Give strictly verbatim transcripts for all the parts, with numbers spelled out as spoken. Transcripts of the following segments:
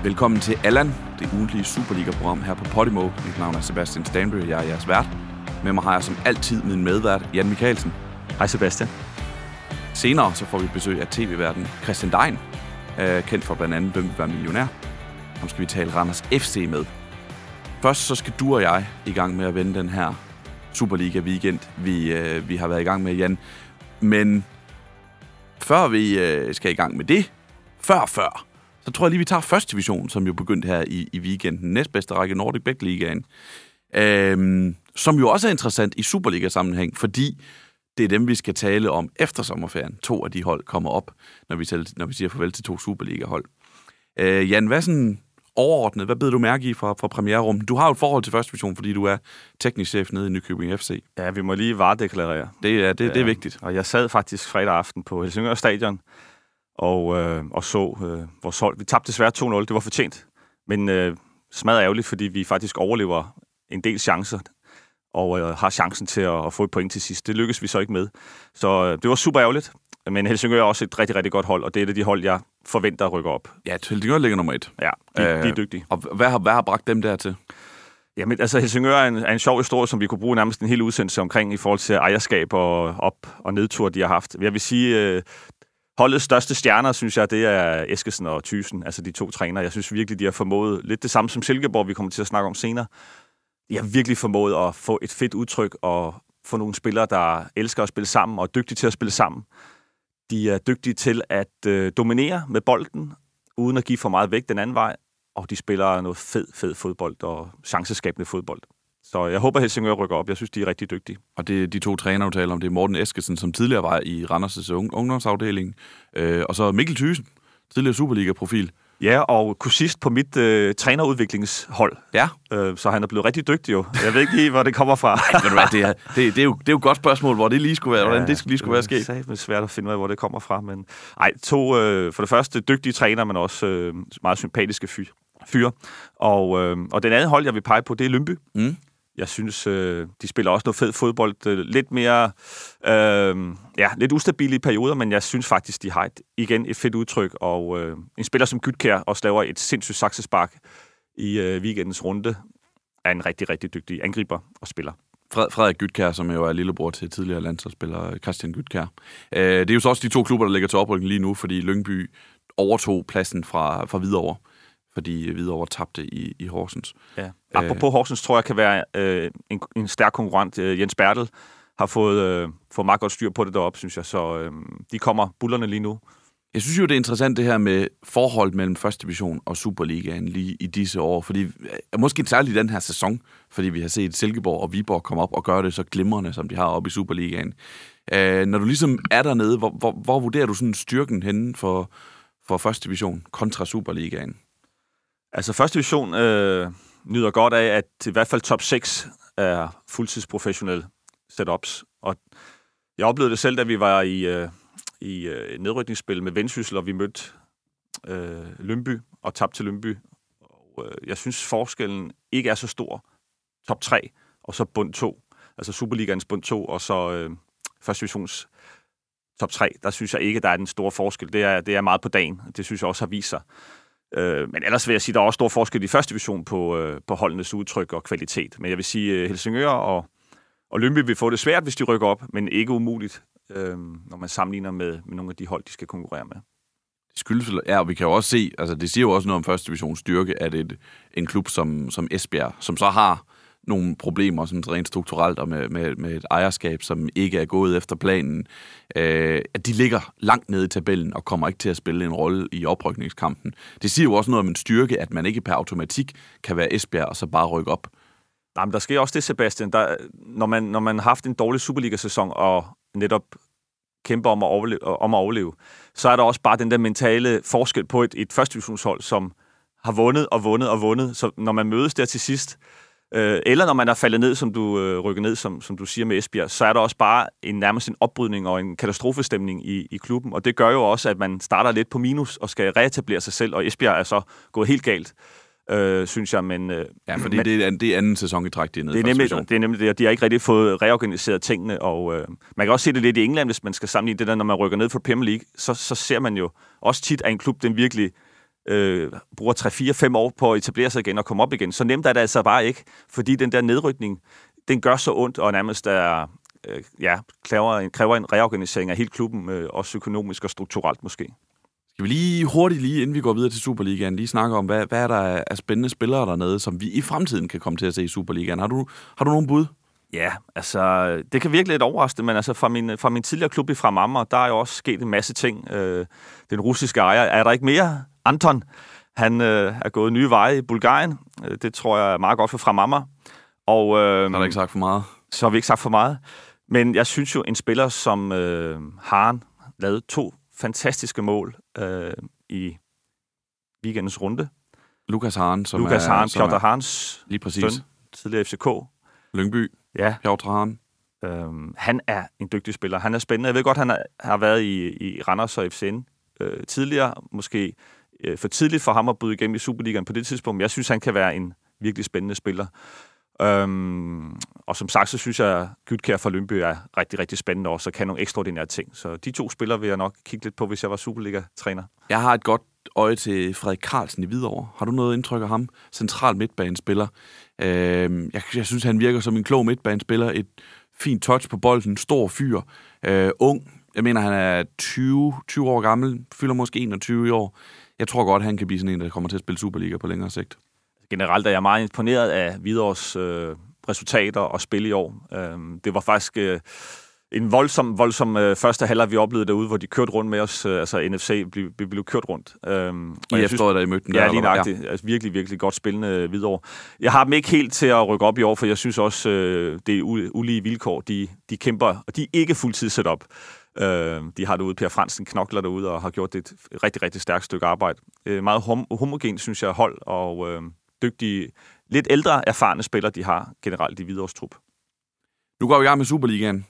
Velkommen til Allan, det ugentlige Superliga-program her på Podimo. Mit navn er Sebastian Stanbury, jeg er jeres vært. Med mig har jeg som altid min medvært, Jan Michaelsen. Hej Sebastian. Senere så får vi besøg af tv-værten Christian Dein, kendt for blandt andet Hvem vil være millionær. Ham skal vi tale Randers F C med. Først så skal du og jeg i gang med at vende den her Superliga-weekend, vi, øh, vi har været i gang med, Jan. Men før vi øh, skal i gang med det, før før, så tror jeg lige, vi tager første division, som jo begyndte her i, i weekenden. Næstbedste række Nordic Bet Ligaen. Øhm, som jo også er interessant i Superliga-sammenhæng, fordi det er dem, vi skal tale om efter sommerferien. To af de hold kommer op, når vi, tæller, når vi siger farvel til to Superliga-hold. Øh, Jan, hvad sådan overordnet, hvad beder du mærke i fra, fra premiererummet? Du har jo et forhold til første division, fordi du er teknisk chef nede i Nykøbing F C. Ja, vi må lige varedeklarere. Det er, det, ja, det er vigtigt. Og jeg sad faktisk fredag aften på Helsingør Stadion og, øh, og så øh, vores hold. Vi tabte desværre to nul, det var fortjent. Men øh, smadret ærgerligt, fordi vi faktisk overlever en del chancer og øh, har chancen til at, at få et point til sidst. Det lykkedes vi så ikke med. Så øh, det var super ærgerligt. Men Helsingør er også et rigtig, rigtig godt hold, og det er et af de hold, jeg forventer at rykke op. Ja, Helsingør ligger nummer et. Ja, de, øh, de er dygtige. Og hvad har, hvad har bragt dem dertil? Jamen, altså Helsingør er en, er en sjov historie, som vi kunne bruge nærmest en hel udsendelse omkring i forhold til ejerskab og op- og nedtur, de har haft. Jeg vil sige, øh, holdets største stjerner, synes jeg, det er Eskesen og Thyssen, altså de to trænere. Jeg synes virkelig, de har formået lidt det samme som Silkeborg, vi kommer til at snakke om senere. De har virkelig formået at få et fedt udtryk og få nogle spillere, der elsker at spille sammen og er dygtige til at spille sammen. De er dygtige til at øh, dominere med bolden, uden at give for meget væk den anden vej, og de spiller noget fed, fed fodbold og chanceskabende fodbold. Så jeg håber, Helsingør rykker op. Jeg synes, de er rigtig dygtige. Og det de to trænere, du taler om, det er Morten Eskesen, som tidligere var i Randers' ungdomsafdeling, øh, og så Mikkel Thyssen, tidligere Superliga-profil. Ja, og kursist på mit øh, trænerudviklingshold. Ja. Øh, så han er blevet rigtig dygtig jo. Jeg ved ikke lige, hvor det kommer fra. Ej, ved du hvad, det, er, det, det, er jo, det er jo et godt spørgsmål, hvor det lige skulle være, ja, hvordan det lige skulle være sket. Det er svært at finde ud af, hvor det kommer fra. Men ej, to, øh, for det første dygtige træner, men også øh, meget sympatiske fyre. Fyr. Og, øh, og den anden hold, jeg vil pege på, det er Lyngby. Mm. Jeg synes, øh, de spiller også noget fed fodbold. Øh, lidt mere, øh, ja, lidt ustabile i perioder, men jeg synes faktisk, de har et, igen et fedt udtryk. Og øh, en spiller som Gytkjær også laver et sindssygt saksespark i øh, weekendens runde, er en rigtig, rigtig dygtig angriber og spiller. Frederik Gytkjær, som jo er lillebror til tidligere landsholdsspiller Christian Gytkjær. Øh, det er jo så også de to klubber, der ligger til oprykning lige nu, fordi Lyngby overtog pladsen fra, fra Hvidovre, fordi Hvidovre tabte i, i Horsens. Ja. Apropos Horsens, tror jeg kan være øh, en, en stærk konkurrent. Øh, Jens Bertel har fået, øh, fået meget godt styr på det deroppe, synes jeg. Så øh, de kommer bullerne lige nu. Jeg synes jo, det er interessant det her med forhold mellem første division og Superligaen lige i disse år. Fordi, måske særligt i den her sæson, fordi vi har set Silkeborg og Viborg komme op og gøre det så glimrende, som de har oppe i Superligaen. Øh, når du ligesom er dernede, hvor, hvor, hvor vurderer du sådan styrken henne for, for første division kontra Superligaen? Altså, første division øh, nyder godt af, at i hvert fald top seks er fuldtidsprofessionelle setups. Og jeg oplevede det selv, da vi var i, øh, i øh, nedrykningsspil med Vendsyssel, og vi mødte øh, Lyngby og tabte til Lyngby. Og, øh, jeg synes, forskellen ikke er så stor. Top tre, og så bund to. Altså Superligaens bund to, og så øh, første divisions top tre. Der synes jeg ikke, der er den store forskel. Det er, det er meget på dagen. Det synes jeg også har vist sig. Øh, men ellers vil jeg sige, at der er også stor forskel i første division på, øh, på holdenes udtryk og kvalitet. Men jeg vil sige, at Helsingør og, og Lyngby vil få det svært, hvis de rykker op, men ikke umuligt, øh, når man sammenligner med, med nogle af de hold, de skal konkurrere med. Det skyldes, ja, og vi kan jo også se, altså det siger jo også noget om første divisions styrke, at et, en klub som, som Esbjerg, som så har nogle problemer sådan rent strukturelt og med, med, med et ejerskab, som ikke er gået efter planen, øh, at de ligger langt nede i tabellen og kommer ikke til at spille en rolle i oprykningskampen. Det siger jo også noget om en styrke, at man ikke per automatik kan være Esbjerg og så bare rykke op. Nej, men der sker også det, Sebastian. Der, når, man, når man har haft en dårlig Superliga-sæson og netop kæmper om at overleve, om at overleve, så er der også bare den der mentale forskel på et, et første divisionshold, som har vundet og vundet og vundet. Så når man mødes der til sidst, Øh, eller når man er faldet ned, som du øh, rykker ned, som, som du siger med Esbjerg, så er der også bare en, nærmest en opbrydning og en katastrofestemning i, i klubben. Og det gør jo også, at man starter lidt på minus og skal reetablere sig selv. Og Esbjerg er så gået helt galt, øh, synes jeg. Men, øh, ja, fordi men, det, er, det er anden sæson i træk, det er nede. Det er nemlig det, er nemlig det, og de har ikke rigtig fået reorganiseret tingene. Og øh, man kan også se det lidt i England, hvis man skal sammenligne det der, når man rykker ned for Premier League, så, så ser man jo også tit, at en klub, den virkelig øh, bruger tre, fire, fem år på at etablere sig igen og komme op igen. Så nemt er det altså bare ikke, fordi den der nedrykning, den gør så ondt, og nærmest er, øh, ja, kræver, en, kræver en reorganisering af hele klubben, øh, også økonomisk og strukturelt måske. Skal vi lige hurtigt, lige inden vi går videre til Superligaen, lige snakke om, hvad, hvad er der af spændende spillere dernede, som vi i fremtiden kan komme til at se i Superligaen? Har du, har du nogen bud? Ja, altså, det kan virkelig lidt overraske, men altså fra min, fra min tidligere klub i Fremammer, der er jo også sket en masse ting. Øh, den russiske ejer, er der ikke mere? Anton, han øh, er gået nye veje i Bulgarien. Det tror jeg er meget godt for Fremammer. Og, øh, så har du ikke sagt for meget. Så har vi ikke sagt for meget. Men jeg synes jo, en spiller som øh, Haren lavede to fantastiske mål øh, i weekendens runde. Lukas Haren, som Lukas er... Haren, som Piotr Harens lige præcis. Søn, tidligere F C K. Lyngby. Ja. Piotr Haren. Øhm, han er en dygtig spiller. Han er spændende. Jeg ved godt, han er, har været i, i Randers og F C N øh, tidligere. Måske øh, for tidligt for ham at bryde igennem i Superligaen på det tidspunkt. Men jeg synes, han kan være en virkelig spændende spiller. Øhm, og som sagt, så synes jeg, at Gytkjær fra Lyngby er rigtig, rigtig spændende også, og kan nogle ekstraordinære ting. Så de to spillere vil jeg nok kigge lidt på, hvis jeg var Superliga-træner. Jeg har et godt øje til Frederik Carlsen i Hvidovre. Har du noget indtryk af ham? Central midtbanespiller. Øh, jeg, jeg synes, han virker som en klog midtbanespiller. Et fint touch på bolden. Stor fyr. Øh, ung. Jeg mener, han er tyve, tyve år gammel. Fylder måske enogtyve i år. Jeg tror godt, han kan blive sådan en, der kommer til at spille Superliga på længere sigt. Generelt er jeg meget imponeret af Hvidovres øh, resultater og spil i år. Øh, det var faktisk øh, en voldsom, voldsom øh, første halvleg, vi oplevede derude, hvor de kørte rundt med os. Øh, altså N F C blev, blev kørt rundt. Øh, I efteråret, da I mødte dem ja, der? Lige nøjagtigt. Ja. Altså, virkelig, virkelig godt spillende Hvidovre. Jeg har dem ikke helt til at rykke op i år, for jeg synes også, øh, det er ulige vilkår. De, de kæmper, og de er ikke fuldtid sat op. Øh, de har derude, Per Fransen knokler derude og har gjort et rigtig, rigtig stærkt stykke arbejde. Øh, meget hom- homogen, synes jeg, hold, og øh, dygtige, lidt ældre, erfarne spillere, de har generelt i Hvidovres trup. Nu går vi i gang med Superligaen.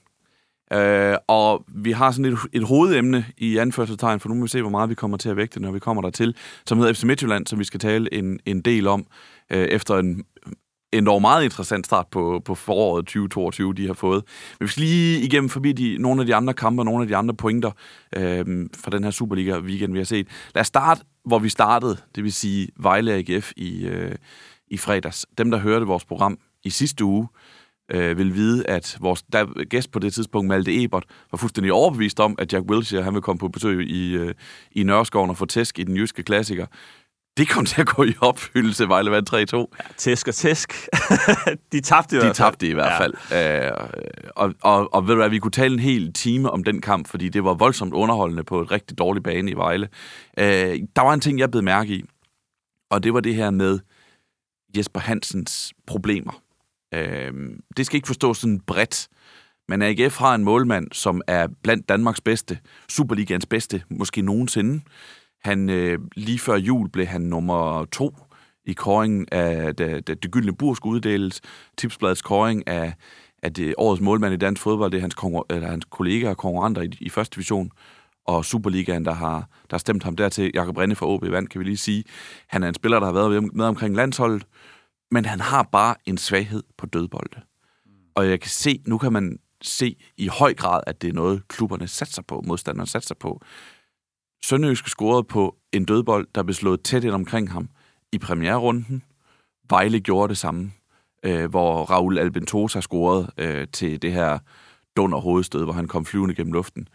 Øh, og vi har sådan et, et hovedemne i anførselstegn, for nu må vi se, hvor meget vi kommer til at vægte, når vi kommer dertil, som hedder F C Midtjylland, som vi skal tale en, en del om, øh, efter en endog meget interessant start på, på foråret tyve toogtyve, de har fået. Men vi skal lige igennem forbi de, nogle af de andre kampe, nogle af de andre pointer øh, fra den her Superliga-weekend, vi har set. Lad os starte, hvor vi startede, det vil sige Vejle A G F i, øh, i fredags. Dem, der hørte vores program i sidste uge, øh, vil vide, at vores der, gæst på det tidspunkt, Malte Ebert, var fuldstændig overbevist om, at Jack Wilshere, han vil komme på besøg i, øh, i Nørreskoven og få tæsk i den jyske klassiker. Det kom til at gå i opfyldelse, Vejle vandt tre to. Ja, tæsk og tæsk. De tabte i De hvert fald. tabte i hvert fald. Ja. Øh, og, og, og ved du hvad, vi kunne tale en hel time om den kamp, fordi det var voldsomt underholdende på et rigtig dårlig bane i Vejle. Øh, der var en ting, jeg bed mærke i, og det var det her med Jesper Hansens problemer. Øh, det skal ikke forstås sådan bredt, men A G F har en målmand, som er blandt Danmarks bedste, Superligaens bedste, måske nogensinde. Han, øh, lige før jul blev han nummer to i kåringen af, da, da det gyldne bur skulle uddeles. Tipsbladets kåring af, af det årets målmand i dansk fodbold, det er hans, eller hans kollegaer og konkurrenter i, i første division, og Superligaen, der har, der har stemt ham dertil. Jakob Rinde fra O B Vand, kan vi lige sige. Han er en spiller, der har været med omkring landsholdet, men han har bare en svaghed på dødbolde. Og jeg kan se, nu kan man se i høj grad, at det er noget, klubberne satser på, modstanderne satser på. Sønderjyske scorede på en dødbold, der blev slået tæt ind omkring ham i premiererunden. Vejle gjorde det samme, øh, hvor Raul Albentosa scorede øh, til det her dunder hovedstød, hvor han kom flyvende gennem luften.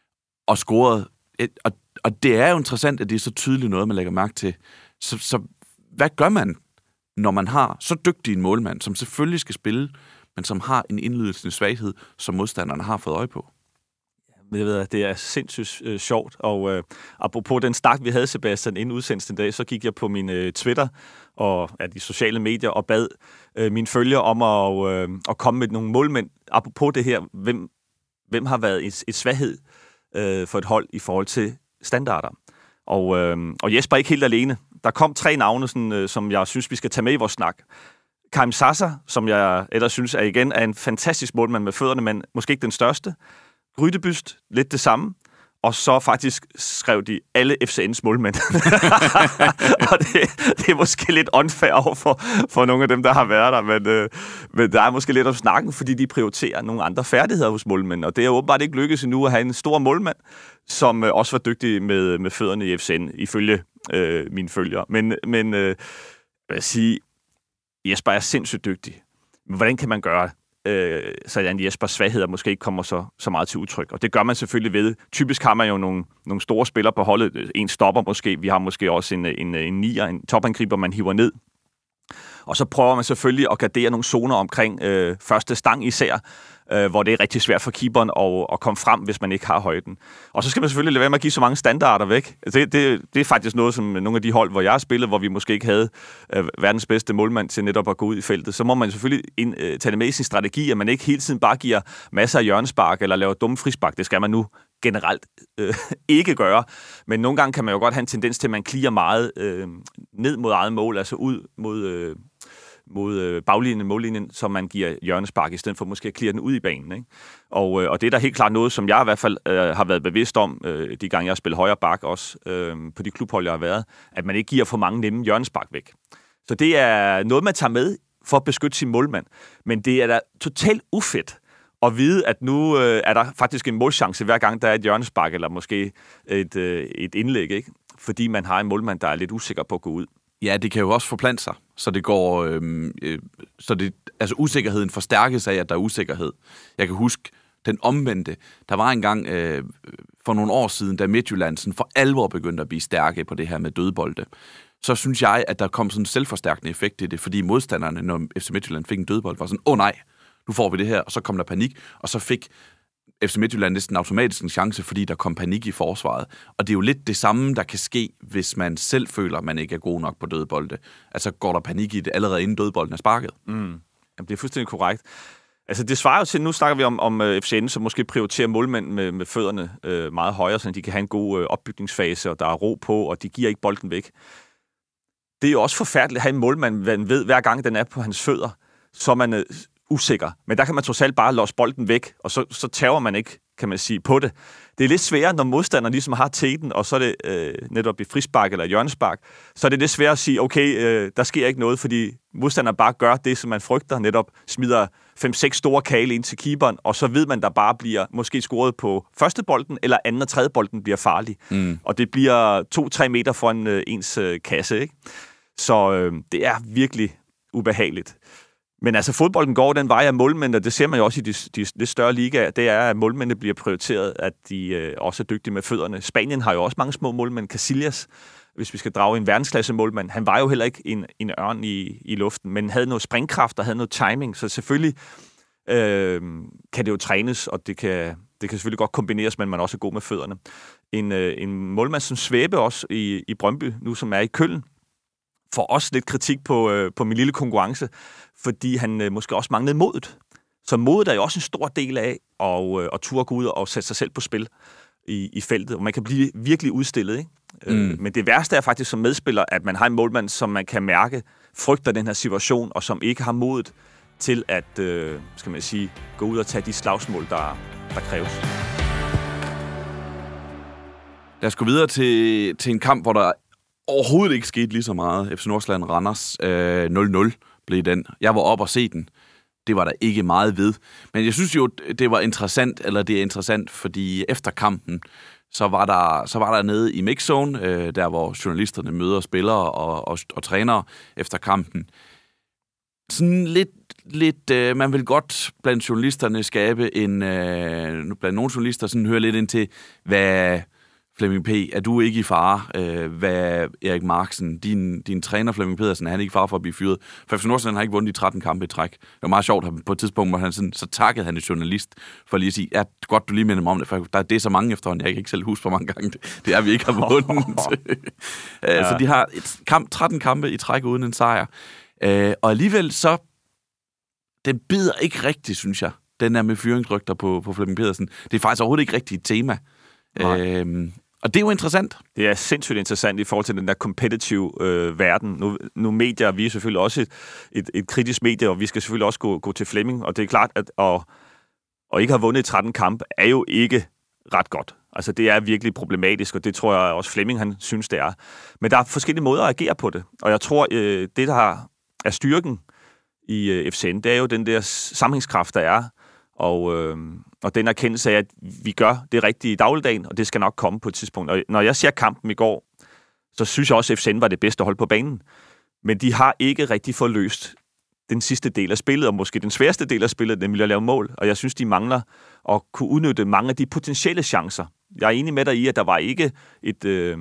Og scorede. Et, og, og det er jo interessant, at det er så tydeligt noget, man lægger mærke til. Så, så hvad gør man, når man har så dygtig en målmand, som selvfølgelig skal spille, men som har en indlydelsende svaghed, som modstanderne har fået øje på? Jeg ved, det er sindssygt øh, sjovt, og øh, apropos den snak, vi havde, Sebastian, inden udsendelsen i dag, så gik jeg på min øh, Twitter og ja, de sociale medier og bad øh, mine følgere om at, øh, at komme med nogle målmænd. Apropos det her, hvem, hvem har været et, et svaghed øh, for et hold i forhold til standarder? Og, øh, og Jesper er ikke helt alene. Der kom tre navne, sådan, øh, som jeg synes, vi skal tage med i vores snak. Karim Sasser, som jeg ellers synes er igen er en fantastisk målmand med fødderne, men måske ikke den største. Grydebyst, lidt det samme. og så faktisk skrev de alle F C N's målmænd. Og det, det er måske lidt unfair over for, for nogle af dem, der har været der, men, øh, men der er måske lidt om snakken, fordi de prioriterer nogle andre færdigheder hos målmænd, og det er åbenbart ikke lykkedes endnu at have en stor målmand, som øh, også var dygtig med, med fødderne i F C N, ifølge øh, mine følgere. Men, men øh, jeg vil sige, Jesper er sindssygt dygtig. Hvordan kan man gøre øh, så at Jespers svagheder måske ikke kommer så, så meget til udtryk? Og det gør man selvfølgelig ved. Typisk har man jo nogle, nogle store spillere på holdet. En stopper måske. Vi har måske også en, en, en nier, en topangriber, man hiver ned. Og så prøver man selvfølgelig at gardere nogle zoner omkring øh, første stang især, øh, hvor det er rigtig svært for keeperen at, at komme frem, hvis man ikke har højden. Og så skal man selvfølgelig lade være med at give så mange standarder væk. Det, det, det er faktisk noget, som nogle af de hold, hvor jeg har spillet, hvor vi måske ikke havde øh, verdens bedste målmand til netop at gå ud i feltet. Så må man selvfølgelig ind, øh, tage det med i sin strategi, at man ikke hele tiden bare giver masser af hjørnespark eller laver dumme frispark. Det skal man nu generelt øh, ikke gøre. Men nogle gange kan man jo godt have en tendens til, at man klirer meget øh, ned mod eget mål, altså ud mod... Øh, mod øh, baglinjen, mållinjen, som man giver hjørnespark, i stedet for måske at klire den ud i banen. Ikke? Og, øh, og det er da helt klart noget, som jeg i hvert fald øh, har været bevidst om, øh, de gange jeg har spillet højre bak også, øh, på de klubhold, jeg har været, at man ikke giver for mange nemme hjørnespark væk. Så det er noget, man tager med for at beskytte sin målmand. Men det er da totalt ufedt at vide, at nu øh, er der faktisk en målchance, hver gang der er et hjørnespark, eller måske et, øh, et indlæg, ikke? Fordi man har en målmand, der er lidt usikker på at gå ud. Ja, det kan jo også forplante sig, så det går, øh, øh, så det, altså usikkerheden forstærkes af, at der er usikkerhed. Jeg kan huske den omvendte. Der var engang øh, for nogle år siden, da Midtjylland sådan for alvor begyndte at blive stærke på det her med dødbolde. Så synes jeg, at der kom sådan en selvforstærkende effekt i det, fordi modstanderne, når F C Midtjylland fik en dødbold, var sådan, åh oh, nej, nu får vi det her, og så kom der panik, og så fik F C Midtjylland næsten automatisk en chance, fordi der kom panik i forsvaret. Og det er jo lidt det samme, der kan ske, hvis man selv føler, at man ikke er god nok på dødbolde. Altså går der panik i det allerede inden dødbolden er sparket. Mm. Jamen, det er fuldstændig korrekt. Altså det svarer jo til, nu snakker vi om, om F C N, som måske prioriterer målmænd med, med fødderne øh, meget højere, så de kan have en god øh, opbygningsfase, og der er ro på, og de giver ikke bolden væk. Det er jo også forfærdeligt at have en målmand, man ved, hver gang den er på hans fødder, så er man øh, usikker. Men der kan man trods alt bare låse bolden væk, og så, så tager man ikke, kan man sige, på det. Det er lidt sværere, når modstanderen ligesom har teten, og så er det øh, netop i frispark eller hjørnespark, så er det lidt sværere at sige, okay, øh, der sker ikke noget, fordi modstanderen bare gør det, som man frygter, netop smider fem seks store kale ind til keeperen, og så ved man, der bare bliver måske scoret på første bolden, eller anden og tredje bolden bliver farlig. Mm. Og det bliver to-tre meter foran øh, ens øh, kasse, ikke? Så øh, det er virkelig ubehageligt. Men altså, fodbolden går den vej af målmænd, og det ser man jo også i de, de lidt større ligaer, det er, at målmændene bliver prioriteret, at de øh, også er dygtige med fødderne. Spanien har jo også mange små målmænd. Casillas, hvis vi skal drage en verdensklasse målmand, han var jo heller ikke en, en ørn i, i luften, men havde noget springkraft og havde noget timing, så selvfølgelig øh, kan det jo trænes, og det kan, det kan selvfølgelig godt kombineres, men man også er god med fødderne. En, øh, en målmand som Svæbe også i, i Brøndby, nu som er i Køln, får også lidt kritik på, øh, på min lille konkurrence, fordi han øh, måske også manglede modet. Så modet er jo også en stor del af at, øh, at turde gå ud og sætte sig selv på spil i, i feltet, og man kan blive virkelig udstillet, ikke? Mm. Øh, men det værste er faktisk som medspiller, at man har en målmand, som man kan mærke frygter den her situation, og som ikke har modet til at, øh, skal man sige, gå ud og tage de slagsmål, der, der kræves. Lad os gå videre til, til en kamp, hvor der overhovedet ikke skete lige så meget. F C Nordsjælland Randers øh, nul nul blev den. Jeg var op og se den. Det var der ikke meget ved. Men jeg synes jo, det var interessant, eller det er interessant, fordi efter kampen, så var der, så var der nede i mixzone, øh, der hvor journalisterne møder spillere og, og, og trænere efter kampen. Sådan lidt, lidt øh, man vil godt blandt journalisterne skabe en, øh, blandt nogle journalister sådan høre lidt ind til, hvad Flemming P., er du ikke i fare? Øh, hvad Erik Marksen, din, din træner Flemming Pedersen, er han ikke i fare for at blive fyret? For F C Nordsjælland har ikke vundet de tretten kampe i træk. Det var meget sjovt, at på et tidspunkt, hvor han sådan, så takkede han en journalist for lige at sige, ja, godt, du lige minder mig om det, for der, det er så mange efterhånden, jeg kan ikke selv huske, hvor mange gange det, det er, vi ikke har vundet. ja. Så de har et kamp, tretten kampe i træk uden en sejr. Øh, og alligevel så, den bider ikke rigtigt, synes jeg, den der med fyringsrygter på, på Flemming Pedersen. Det er faktisk overhovedet ikke rigtigt et tema. Øh, Og det er jo interessant. Det er sindssygt interessant i forhold til den der competitive øh, verden. Nu, nu medier, vi er selvfølgelig også et, et, et kritisk medie, og vi skal selvfølgelig også gå, gå til Flemming. Og det er klart, at at, at ikke have vundet tretten kampe er jo ikke ret godt. Altså, det er virkelig problematisk, og det tror jeg også Flemming, han synes, det er. Men der er forskellige måder at agere på det. Og jeg tror, øh, det, der er styrken i øh, F C N, det er jo den der sammenhængskraft, der er. Og, øh, og den erkendelse af, at vi gør det rigtige i dagligdagen, og det skal nok komme på et tidspunkt. Og når jeg ser kampen i går, så synes jeg også, at F C N var det bedste hold på banen. Men de har ikke rigtig fået løst den sidste del af spillet, og måske den sværeste del af spillet, nemlig at lave mål. Og jeg synes, de mangler at kunne udnytte mange af de potentielle chancer. Jeg er enig med dig i, at der var ikke et, øh,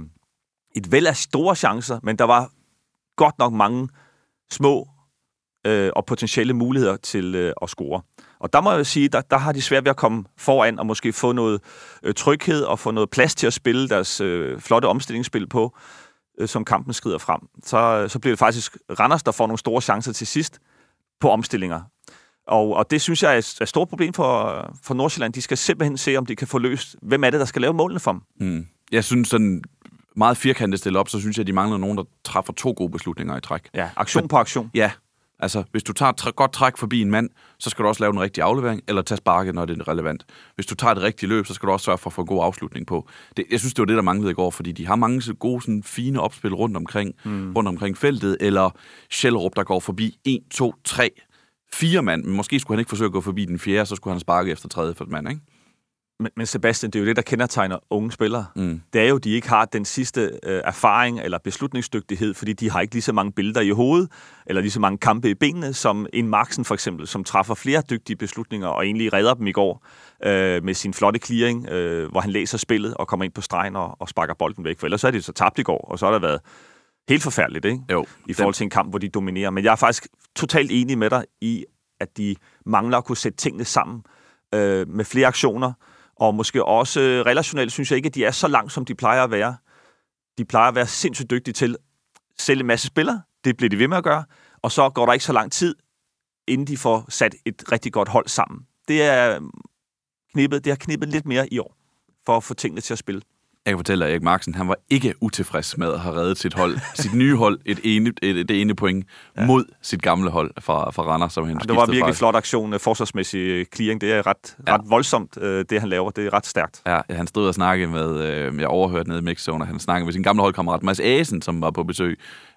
et væld af store chancer, men der var godt nok mange små øh, og potentielle muligheder til øh, at score. Og der må jeg sige, der, der har de svært ved at komme foran og måske få noget øh, tryghed og få noget plads til at spille deres øh, flotte omstillingsspil på, øh, som kampen skrider frem. Så, så bliver det faktisk Randers, der får nogle store chancer til sidst på omstillinger. Og, og det synes jeg er et, et stort problem for, for Nordsjælland. De skal simpelthen se, om de kan få løst, hvem er det, der skal lave målene for dem. Mm. Jeg synes sådan meget firkantet stille op, så synes jeg, at de mangler nogen, der træffer to gode beslutninger i træk. Ja, aktion på aktion. Ja, altså hvis du tager et træ- godt træk forbi en mand, så skal du også lave den rigtige aflevering, eller tage sparket, når det er relevant. Hvis du tager det rigtige løb, så skal du også sørge for at få en god afslutning på. Det, jeg synes, det var det, der manglede i går, fordi de har mange gode, sådan, fine opspil rundt omkring, mm. rundt omkring feltet, eller Schellerup, der går forbi en, to, tre, fire mand. Men måske skulle han ikke forsøge at gå forbi den fjerde, så skulle han sparke efter tredje for mand, ikke? Men, men Sebastian, det er jo det, der kendetegner unge spillere. Mm. Det er jo, de ikke har den sidste øh, erfaring eller beslutningsdygtighed, fordi de har ikke lige så mange billeder i hovedet, eller lige så mange kampe i benene, som en Marksen for eksempel, som træffer flere dygtige beslutninger, og egentlig redder dem i går øh, med sin flotte clearing, øh, hvor han læser spillet og kommer ind på stregen og, og sparker bolden væk. For ellers er det så tabt i går, og så har der været helt forfærdeligt, ikke? Jo. I forhold til en kamp, hvor de dominerer. Men jeg er faktisk totalt enig med dig i, at de mangler at kunne sætte tingene sammen øh, med flere aktioner. Og måske også øh, relationelt synes jeg ikke, at de er så langt, som de plejer at være. De plejer at være sindssygt dygtige til at sælge en masse spillere. Det bliver de ved med at gøre. Og så går der ikke så lang tid, inden de får sat et rigtig godt hold sammen. Det er knippet, det har knippet lidt mere i år, for at få tingene til at spille. Jeg kan fortælle dig, at Erik Marksen, han var ikke utilfreds med at have reddet sit hold, sit nye hold, et ene, et, et ene point ja. mod sit gamle hold fra, fra Randers, som han ja, det var virkelig flot aktion, forsvarsmæssig clearing. Det er ret, ja. ret voldsomt, det han laver. Det er ret stærkt. Ja, han stod og snakkede med, øh, jeg overhørte nede i Mixzone, han snakkede med sin gamle holdkammerat Mads Asen, som var på besøg.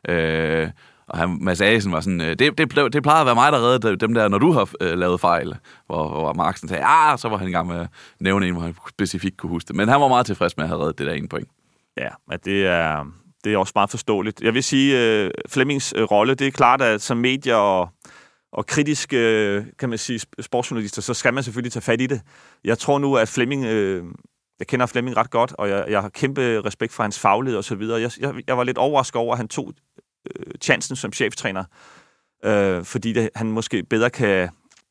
Øh, Og han, Mads Asen var sådan, det, det, det plejede at være mig, der reddede dem der, når du har øh, lavet fejl. Hvor, hvor Marksen sagde, ah, så var han i gang med at nævne en, hvor han specifikt kunne huske det. Men han var meget tilfreds med at have reddet det der ene point. Ja, men det er, det er også meget forståeligt. Jeg vil sige, uh, Flemmings uh, rolle, det er klart, at som medier og, og kritiske, uh, kan man sige, sportsjournalister, så skal man selvfølgelig tage fat i det. Jeg tror nu, at Flemming, uh, jeg kender Flemming ret godt, og jeg, jeg har kæmpe respekt for hans faglighed og så videre. Jeg, jeg, jeg var lidt overrasket over, at han tog chancen som cheftræner, øh, fordi det, han måske bedre kan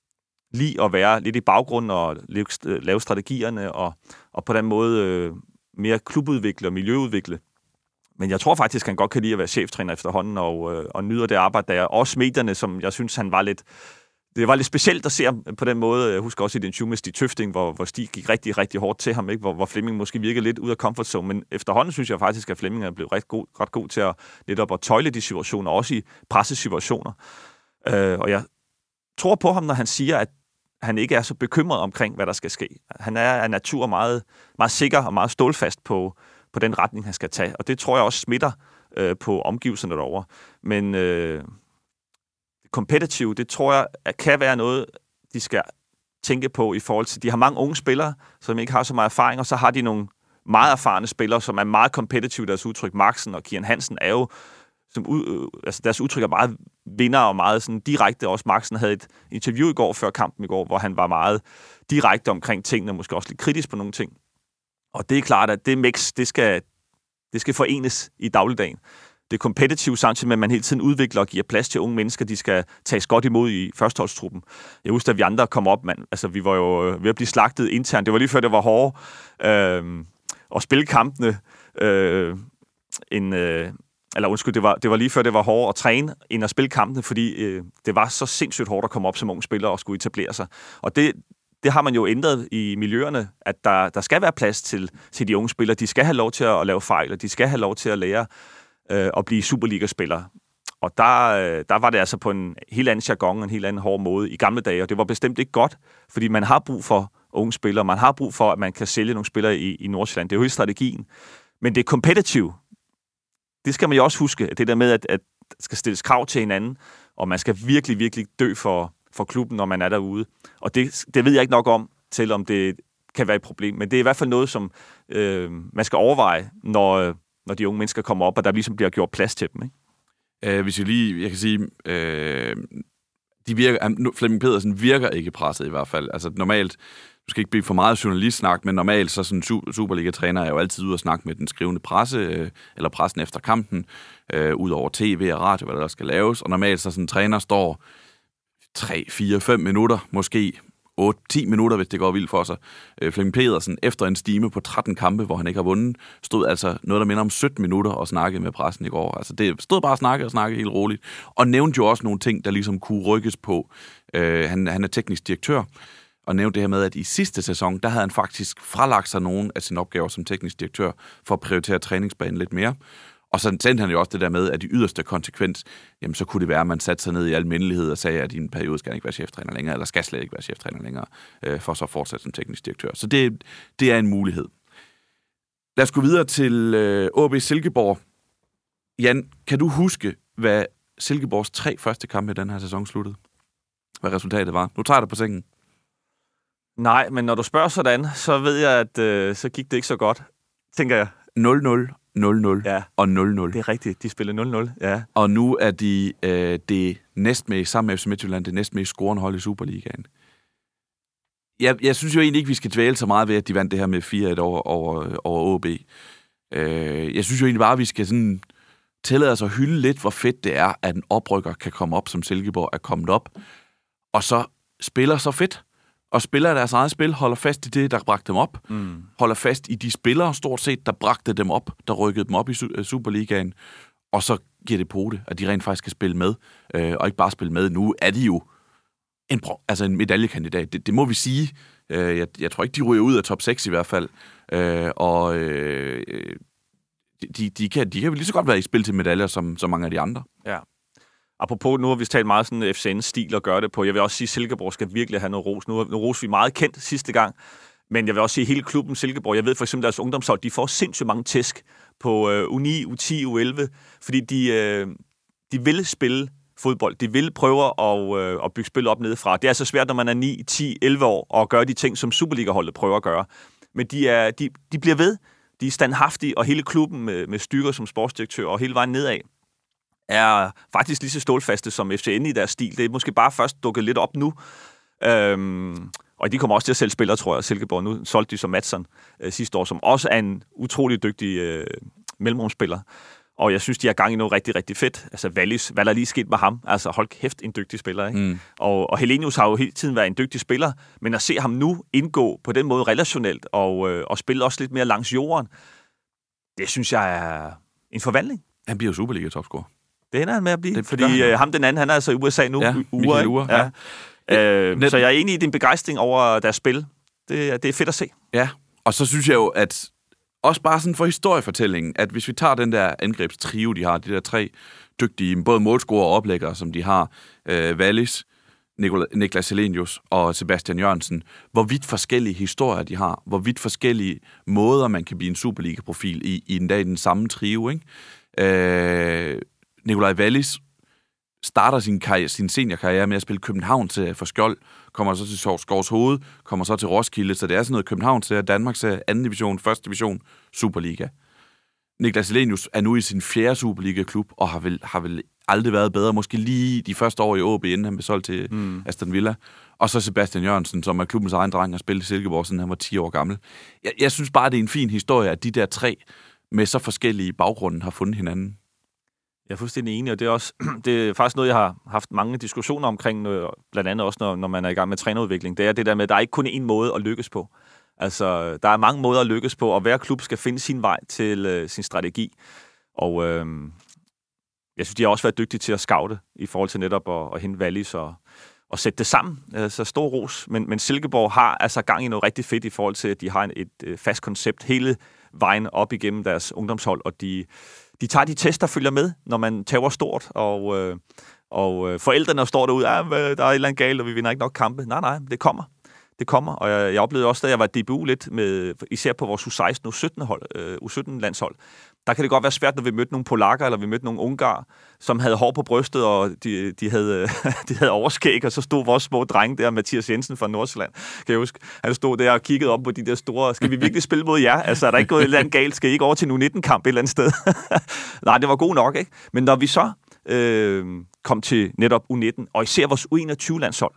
lide at være lidt i baggrunden og lave, lave strategierne og, og på den måde øh, mere klubudvikle og miljøudvikle. Men jeg tror faktisk, han godt kan lide at være cheftræner efterhånden og, øh, og nyder det arbejde, der er. Også medierne, som jeg synes, han var lidt... Det var lidt specielt at se ham på den måde. Jeg husker også i den interview med Stig Tøfting, hvor, hvor Stig gik rigtig, rigtig hårdt til ham, ikke? Hvor, hvor Flemming måske virkede lidt ud af comfort zone. Men efterhånden synes jeg faktisk, at Flemming er blevet ret god, ret god til at netop at tøjle de situationer, også i pressesituationer. Øh, og jeg tror på ham, når han siger, at han ikke er så bekymret omkring, hvad der skal ske. Han er af natur meget, meget sikker og meget stålfast på, på den retning, han skal tage. Og det tror jeg også smitter øh, på omgivelserne derovre. Men... Øh, competitive, det tror jeg kan være noget, de skal tænke på i forhold til, de har mange unge spillere, som ikke har så meget erfaring, og så har de nogle meget erfarne spillere, som er meget competitive, deres udtryk. Marksen og Kian Hansen er jo, som ud, altså deres udtryk er meget vinder og meget sådan direkte. Også Marksen havde et interview i går, før kampen i går, hvor han var meget direkte omkring tingene, og måske også lidt kritisk på nogle ting. Og det er klart, at det mix, det skal, det skal forenes i dagligdagen. Det er kompetitivt, samtidig med, at man hele tiden udvikler og giver plads til unge mennesker, de skal tages godt imod i førsteholdstruppen. Jeg husker, at vi andre kom op, man, altså vi var jo ved at blive slagtet internt. Det var lige før, det var hårdt øh, at spille kampene. Øh, en, øh, eller undskyld, det var, det var lige før, det var hårdt at træne, end at spille kampene, fordi øh, det var så sindssygt hårdt at komme op som unge spiller og skulle etablere sig. Og det, det har man jo ændret i miljøerne, at der, der skal være plads til, til de unge spillere. De skal have lov til at lave fejl, og de skal have lov til at lære og blive Superliga-spillere. Og der, der var det altså på en helt anden jargon, en helt anden hård måde i gamle dage, og det var bestemt ikke godt, fordi man har brug for unge spillere. Man har brug for, at man kan sælge nogle spillere i, i Nordsjælland. Det er jo hele strategien. Men det er competitive. Det skal man jo også huske. Det der med, at, at der skal stilles krav til hinanden, og man skal virkelig, virkelig dø for, for klubben, når man er derude. Og det, det ved jeg ikke nok om, til om det kan være et problem. Men det er i hvert fald noget, som øh, man skal overveje, når, når de unge mennesker kommer op, og der ligesom bliver gjort plads til dem, ikke? Uh, hvis jeg lige, jeg kan sige, uh, de virker, Flemming Pedersen virker ikke presset i hvert fald. Altså normalt, du skal ikke blive for meget journalistsnak, men normalt så sådan en Superliga-træner er jo altid ude at snakke med den skrivende presse, uh, eller pressen efter kampen, uh, ud over tv og radio, hvad der skal laves. Og normalt så sådan en træner står tre, fire, fem minutter, måske otte ti minutter, hvis det går vildt for sig. Uh, Flemming Pedersen, efter en stime på tretten kampe, hvor han ikke har vundet, stod altså noget, der minder om sytten minutter og snakkede med pressen i går. Altså det stod bare og snakkede og snakkede helt roligt. Og nævnte jo også nogle ting, der ligesom kunne rykkes på. Uh, han, han er teknisk direktør, og nævnte det her med, at i sidste sæson, der havde han faktisk fralagt sig nogle af sine opgaver som teknisk direktør for at prioritere træningsbanen lidt mere. Og så sendte han jo også det der med, at i yderste konsekvens, jamen så kunne det være, at man satte sig ned i almindelighed og sagde, at i en periode skal han ikke være cheftræner længere, eller skal slet ikke være cheftræner længere, øh, for så at fortsætte som teknisk direktør. Så det, det er en mulighed. Lad os gå videre til øh, A B Silkeborg. Jan, kan du huske, hvad Silkeborgs tre første kampe i den her sæson sluttede? Hvad resultatet var? Nu tager jeg dig på sengen. Nej, men når du spørger sådan, så ved jeg, at øh, så gik det ikke så godt, tænker jeg. nul nul nul nul ja. Og nul nul. Det er rigtigt, de spiller nul nul, ja. Og nu er de øh, det næstmest, sammen med F C Midtjylland, det næstmest scorende hold i Superligaen. Jeg, jeg synes jo egentlig ikke, vi skal dvæle så meget ved, at de vandt det her med fire et over, over, over A B. Øh, jeg synes jo egentlig bare, at vi skal sådan tillade os at hylde lidt, hvor fedt det er, at en oprykker kan komme op, som Silkeborg er kommet op, og så spiller så fedt. Og spiller deres eget spil, holder fast i det, der bragte dem op. Mm. Holder fast i de spillere, stort set, der bragte dem op, der rykkede dem op i Superligaen. Og så giver det på det, at de rent faktisk kan spille med. Øh, og ikke bare spille med. Nu er de jo en, altså en medaljekandidat. Det, det må vi sige. Øh, jeg, jeg tror ikke, de ryger ud af top seks i hvert fald. Øh, og øh, de, de, kan, de kan vel lige så godt være i spil til medaljer, som, som mange af de andre. Ja. Apropos, nu har vi talt meget sådan F C N-stil at gøre det på. Jeg vil også sige, at Silkeborg skal virkelig have noget ros. Nu, nu ros vi meget kendt sidste gang, men jeg vil også sige, at hele klubben Silkeborg, jeg ved for eksempel deres ungdomshold, de får sindssygt mange tæsk på øh, U ni, U ti, U elleve, fordi de, øh, de vil spille fodbold. De vil prøve at, øh, at bygge spil op nedefra. Det er så svært, når man er ni, ti, elleve år, at gøre de ting, som Superliga-holdet prøver at gøre. Men de, er, de, de bliver ved. De er standhaftige, og hele klubben med, med stykker som sportsdirektør og hele vejen nedad er faktisk lige så stålfaste som F C N i deres stil. Det er måske bare først dukket lidt op nu. Øhm, og de kommer også til at sælge spillere, tror jeg, Silkeborg. Nu solgte de som Madsen øh, sidste år, som også er en utrolig dygtig øh, mellemrumsspiller. Og jeg synes, de er gang i noget rigtig, rigtig fedt. Altså, Wallis, hvad der lige sket med ham? Altså, hold kæft, en dygtig spiller, ikke? Mm. Og, og Helenius har jo hele tiden været en dygtig spiller, men at se ham nu indgå på den måde relationelt og, øh, og spille også lidt mere langs jorden, det synes jeg er en forvandling. Han bliver jo Superliga-topscorer. Det ender han med at blive, det fordi øh, ham den anden, han er altså i U S A nu. Ja, uger, uger, ja. Ja. Øh, så jeg er enig i din begejstring over deres spil. Det, det er fedt at se. Ja, og så synes jeg jo, at også bare sådan for historiefortællingen, at hvis vi tager den der angrebstrio, de har, de der tre dygtige, både målscorer og oplæggere, som de har, øh, Wallis, Niklas Helenius og Sebastian Jørgensen, hvor vidt forskellige historier de har, hvor vidt forskellige måder, man kan blive en Superliga-profil i, i en dag i den samme trio, ikke? Øh, Nikolaj Wallis starter sin, karriere, sin seniorkarriere med at spille København til for Skjold, kommer så til Skovs Hoved, kommer så til Roskilde, så det er sådan noget København til Danmark til anden division, første division, Superliga. Niklas Helenius er nu i sin fjerde Superliga-klub, og har vel, har vel aldrig været bedre, måske lige de første år i A B, inden han blev solgt til mm. Aston Villa. Og så Sebastian Jørgensen, som er klubbens egen dreng og spillede i Silkeborg, siden han var ti år gammel. Jeg, jeg synes bare, det er en fin historie, at de der tre med så forskellige baggrunden har fundet hinanden. Jeg er fuldstændig enig, og det er, også, det er faktisk noget, jeg har haft mange diskussioner omkring, blandt andet også, når, når man er i gang med trænerudvikling. Det er det der med, at der er ikke kun én måde at lykkes på. Altså, der er mange måder at lykkes på, og hver klub skal finde sin vej til øh, sin strategi. Og øh, jeg synes, de har også været dygtige til at scoute i forhold til netop at, at hente Wallis og, og sætte det sammen. Altså, stor ros. Men, men Silkeborg har altså gang i noget rigtig fedt i forhold til, at de har et, et, et fast koncept hele vejen op igennem deres ungdomshold, og de De tager de tester, der følger med, når man tager stort, og, øh, og øh, forældrene står derude, ah, der er et eller andet galt, og vi vinder ikke nok kampe. Nej, nej, det kommer. Det kommer, og jeg, jeg oplevede også, da jeg var D B U lidt, med, især på vores U seksten og U sytten-hold, øh, U sytten-landshold, der kan det godt være svært, når vi mødte nogle polakker, eller vi mødte nogle ungarer, som havde hår på brystet, og de, de, havde, de havde overskæg, og så stod vores små drenge der, Mathias Jensen fra Nordsjælland, kan jeg huske, han stod der og kiggede op på de der store, skal vi virkelig spille mod jer? Altså, er der ikke gået et eller andet galt? Skal I ikke over til en U nitten-kamp et eller andet sted? Nej, det var god nok, ikke? Men når vi så øh, kom til netop U nitten, og især vores U enogtyve-landshold,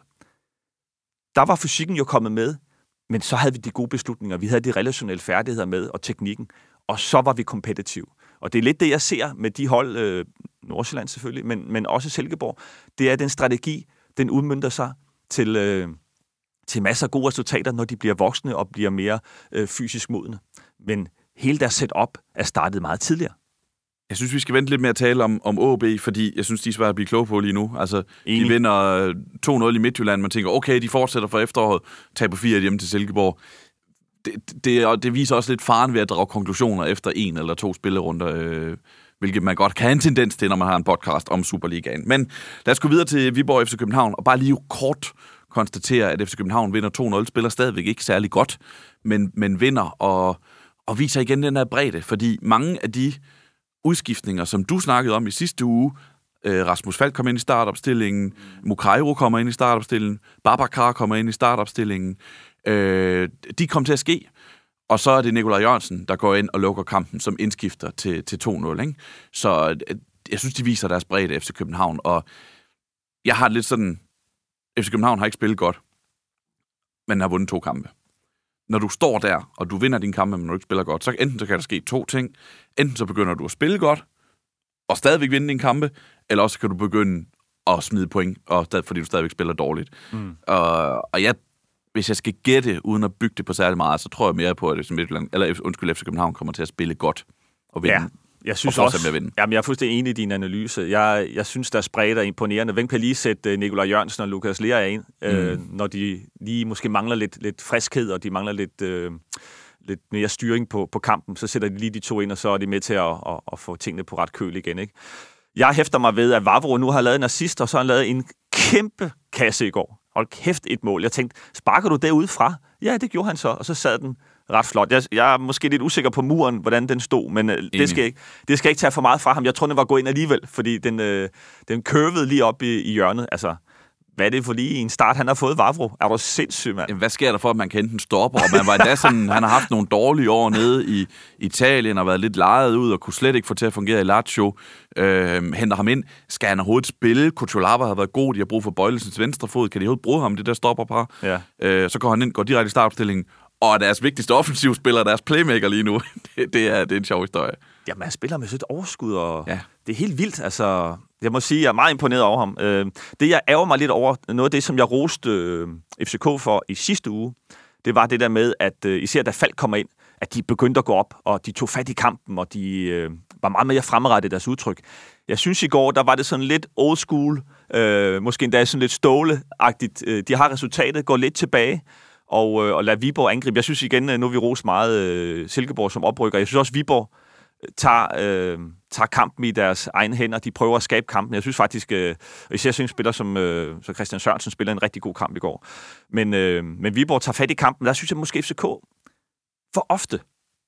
der var fysikken jo kommet med, men så havde vi de gode beslutninger. Vi havde de relationelle færdigheder med, og teknikken, og så var vi kompetitive. Og det er lidt det, jeg ser med de hold, øh, Nordsjælland selvfølgelig, men, men også Silkeborg, det er den strategi, den udmønter sig til, øh, til masser af gode resultater, når de bliver voksne og bliver mere øh, fysisk modne. Men hele deres setup er startet meget tidligere. Jeg synes, vi skal vente lidt med at tale om, om O B, fordi jeg synes, de er svært at blive kloge på lige nu. Altså, Enig. De vinder to nul i Midtjylland. Man tænker, okay, de fortsætter for efteråret, taber fire hjemme til Silkeborg. Det, det, det viser også lidt faren ved at drage konklusioner efter en eller to spillerunder, øh, hvilket man godt kan have en tendens til, når man har en podcast om Superligaen. Men lad os gå videre til Viborg F C København, og bare lige kort konstatere, at F C København vinder to nul, spiller stadigvæk ikke særlig godt, men, men vinder og, og viser igen den her bredde, fordi mange af de udskiftninger, som du snakkede om i sidste uge, øh, Rasmus Falk kommer ind i startopstillingen, Mukairo kommer ind i startopstillingen, Babacar kommer ind i startopstillingen, øh, de kom til at ske, og så er det Nikolaj Jørgensen, der går ind og lukker kampen som indskifter til, til to nul, ikke? Så øh, jeg synes, de viser deres bredde F C København, og jeg har lidt sådan, F C København har ikke spillet godt, men har vundet to kampe. Når du står der, og du vinder din kampe, men du ikke spiller godt, så enten så kan der ske to ting. Enten så begynder du at spille godt, og stadigvæk vinde din kampe, eller også kan du begynde at smide point, og fordi du stadigvæk spiller dårligt. Mm. Og, og jeg, hvis jeg skal gætte, uden at bygge det på særlig meget, så tror jeg mere på, at F C Midtjylland, eller undskyld, F C København kommer til at spille godt og vinde. Ja. Jeg synes også, jamen jeg er fuldstændig enig i din analyse. Jeg, jeg synes, der spredt er imponerende. Hvem kan lige sætte Nikolaj Jørgensen og Lukas Lea ind, mm. øh, når de lige måske mangler lidt, lidt friskhed, og de mangler lidt, øh, lidt mere styring på, på kampen, så sætter de lige de to ind, og så er de med til at, at, at få tingene på ret køl igen, ikke? Jeg hæfter mig ved, at Vavro nu har lavet en assist, og så har han lavet en kæmpe kasse i går. Hold kæft, et mål. Jeg tænkte, sparker du derude fra? Ja, det gjorde han så, og så sad den ret flot. Jeg, jeg er måske lidt usikker på muren, hvordan den stod, men øh, det, skal ikke, det skal ikke tage for meget fra ham. Jeg tror, den var gået ind alligevel, fordi den, øh, den curvede lige op i, i hjørnet. Altså, hvad er det for lige en start, han har fået, Vavro? Er du sindssyg, mand? Jamen, hvad sker der for, at man kan enten stoppe, og man var endda sådan, han har haft nogle dårlige år nede i Italien, og været lidt lejet ud, og kunne slet ikke få til at fungere i Lazio. Øh, henter ham ind. Skal han overhovedet spille? Kuchulava har været god, de har brug for Bøjlesens venstre fod. Kan de overhovedet bruge ham, det der stopperpar? Ja. Øh, så går han ind, går direkte i startopstillingen, og deres vigtigste offensivspiller, deres playmaker lige nu, det, det, er, det er en sjov historie. Jamen, han spiller med sådan et overskud, og ja. Det er helt vildt. Altså, jeg må sige, jeg er meget imponeret over ham. Øh, det, jeg ærger mig lidt over, noget af det, som jeg roste øh, F C K for i sidste uge, det var det der med, at øh, især da Falk kommer ind, at de begyndte at gå op, og de tog fat i kampen, og de øh, var meget mere fremrettet i deres udtryk. Jeg synes i går, der var det sådan lidt old school, øh, måske endda sådan lidt ståle-agtigt. De har resultatet, går lidt tilbage, og, øh, og lader Viborg angribe. Jeg synes igen, nu har vi rost meget øh, Silkeborg som oprykker. Jeg synes også, Viborg tager, øh, tager kampen i deres egne hænder. De prøver at skabe kampen. Jeg synes faktisk, øh, især synes spiller som øh, så Christian Sørensen spiller en rigtig god kamp i går. Men, øh, men Viborg tager fat i kampen. Der synes jeg måske F C K for ofte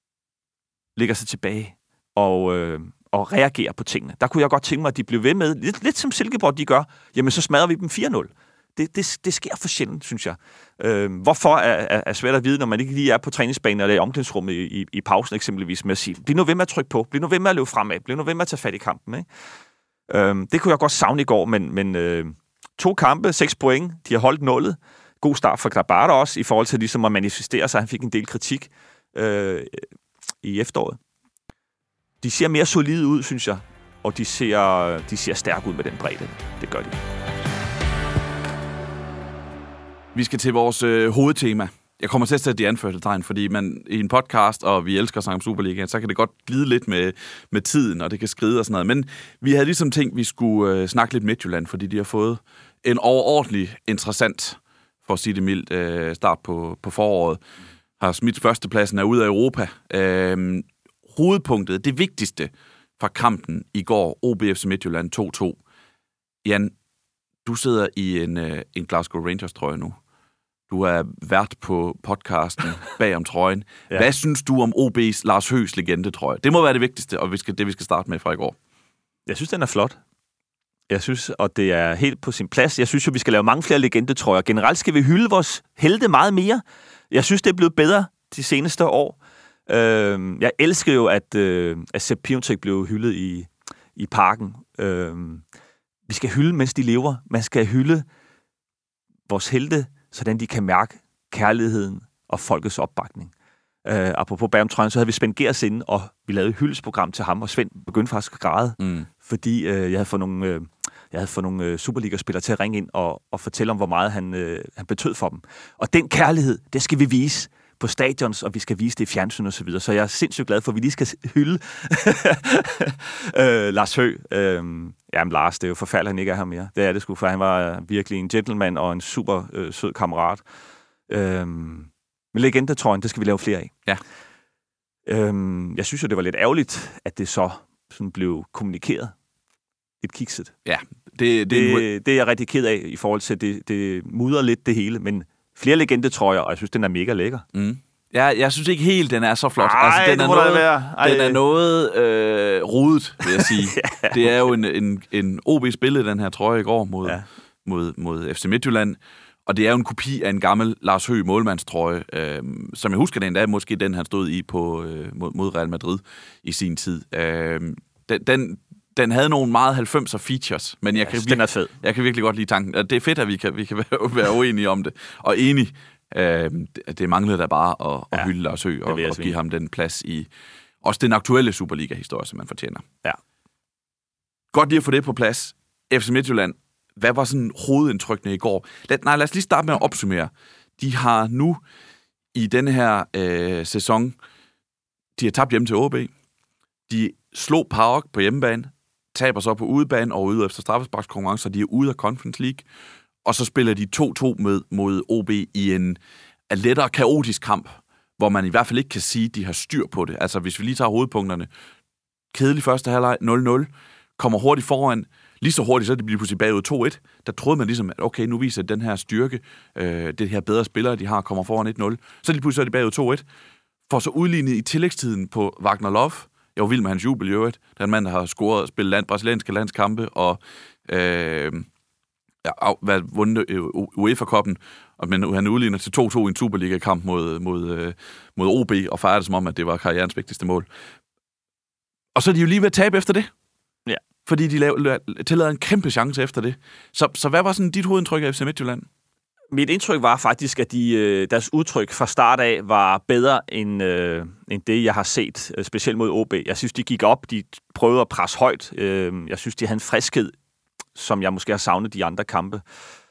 ligger sig tilbage og, øh, og reagerer på tingene. Der kunne jeg godt tænke mig, at de blev ved med, lidt, lidt som Silkeborg de gør, jamen så smadrer vi dem fire nul. Det, det, det sker for sjældent, synes jeg. Øh, hvorfor er, er, er svært at vide, når man ikke lige er på træningsbanen eller i omklædningsrummet i, i, i pausen eksempelvis, med at sige, bliv nu ved med at trykke på, bliv nu ved med at løbe fremad, bliv nu ved med at tage fat i kampen. Ikke? Øh, det kunne jeg godt savne i går, men, men øh, to kampe, seks point, de har holdt nullet. God start for Grabara også, i forhold til ligesom at manifestere sig. Han fik en del kritik øh, i efteråret. De ser mere solide ud, synes jeg, og de ser, de ser stærke ud med den bredde. Det gør de. Vi skal til vores øh, hovedtema. Jeg kommer til at sætte de anførselstegn, fordi man i en podcast, og vi elsker at snakke om Superligaen, så kan det godt glide lidt med, med tiden, og det kan skride og sådan noget. Men vi havde ligesom tænkt, at vi skulle øh, snakke lidt Midtjylland, fordi de har fået en overordentlig interessant, for at sige det mildt, øh, start på, på foråret. Har smidt førstepladsen er ude af Europa. Øh, hovedpunktet, det vigtigste fra kampen i går, O B F C Midtjylland to to. Jan, du sidder i en, øh, en Glasgow Rangers-trøje nu. Du er vært på podcasten Bag om trøjen. Ja. Hvad synes du om O B's Lars Høghs legendetrøje? Det må være det vigtigste, og vi skal, det vi skal starte med fra i går. Jeg synes, den er flot. Jeg synes, og det er helt på sin plads. Jeg synes jo, vi skal lave mange flere legendetrøjer. Generelt skal vi hylde vores helte meget mere. Jeg synes, det er blevet bedre de seneste år. Øh, jeg elsker jo, at, øh, at Sepp Piontek blev hyldet i, i parken. Øh, vi skal hylde, mens de lever. Man skal hylde vores helte, sådan de kan mærke kærligheden og folkets opbakning. Uh, apropos Bag om trøjen, så havde vi Svend Gers inde, og vi lavede et hyldesprogram til ham, og Svend begyndte faktisk at græde, mm. fordi uh, jeg havde fået nogle, uh, jeg havde fået nogle uh, Superliga-spillere til at ringe ind og, og fortælle om, hvor meget han, uh, han betød for dem. Og den kærlighed, det skal vi vise på stadions, og vi skal vise det i fjernsyn og så videre. Så jeg er sindssygt glad for, at vi lige skal hylde uh, Lars Høgh. Uh, jamen Lars, det er jo forfærdeligt, at han ikke er her mere. Det er det sgu, for han var virkelig en gentleman og en super uh, sød kammerat. Uh, Men legendetrøjen, det skal vi lave flere af. Ja. Øhm, jeg synes jo, det var lidt ærgerligt, at det så sådan blev kommunikeret. Et kikset. Ja. Det, det, det, det er jeg rigtig ked af i forhold til, det, det mudrer lidt det hele. Men flere legendetrøjer, og jeg synes, den er mega lækker. Mm. Ja, jeg synes ikke helt, den er så flot. Ej, altså, den, det er må noget, være. Ej. den er noget øh, rodet, vil jeg sige. ja. Det er jo en, en, en O B-spillet, den her trøje i går mod, ja. mod, mod F C Midtjylland. Og det er jo en kopi af en gammel Lars Høgh målmandstrøje, øh, som jeg husker, den er måske den, han stod i på øh, mod, mod Real Madrid i sin tid. Øh, den, den, den havde nogle meget halvfemser features, men jeg, ja, kan, den er fed. jeg kan virkelig godt lide tanken. Det er fedt, at vi kan, vi kan være, være uenige om det. Og enig, øh, det manglede da bare at, at ja, hylde Lars Høgh og, og give ham den plads i også den aktuelle Superliga-historie, som man fortjener. Ja. Godt lige at få det på plads. F C Midtjylland. Hvad var sådan hovedindtrykkene i går? Lad, nej, lad os lige starte med at opsummere. De har nu i denne her øh, sæson, de har tabt hjemme til O B. De slog PAOK på hjemmebane, taber så på udebane og ude efter straffesparkskonkurrencer. De er ude af Conference League. Og så spiller de to to med, mod O B i en lettere kaotisk kamp, hvor man i hvert fald ikke kan sige, at de har styr på det. Altså, hvis vi lige tager hovedpunkterne. Kedelig første halvleg, nul nul. Kommer hurtigt foran. Lige så hurtigt, så det bliver pludselig bagud to et. Der troede man ligesom, at okay, nu viser den her styrke, øh, det her bedre spillere, de har, kommer foran et nul. Så lige pludselig så er de bagud to et. For så udlignet i tillægstiden på Wagner Love. Jeg var vild med hans jubel i øvrigt. Der er en mand, der har scoret og spillet land, brasilianske landskampe, og øh, ja, været vundet UEFA-koppen, men han udligner til to to i en Superliga-kamp mod, mod, øh, mod O B, og fejrer det som om, at det var karrierens vigtigste mål. Og så er de jo lige ved at tabe efter det. Ja. Fordi de laver, tillader en kæmpe chance efter det. Så, så hvad var sådan dit hovedindtryk af F C Midtjylland? Mit indtryk var faktisk, at de, deres udtryk fra start af var bedre end, øh, end det, jeg har set, specielt mod O B. Jeg synes, de gik op, de prøvede at presse højt. Jeg synes, de havde en friskhed, som jeg måske har savnet de andre kampe.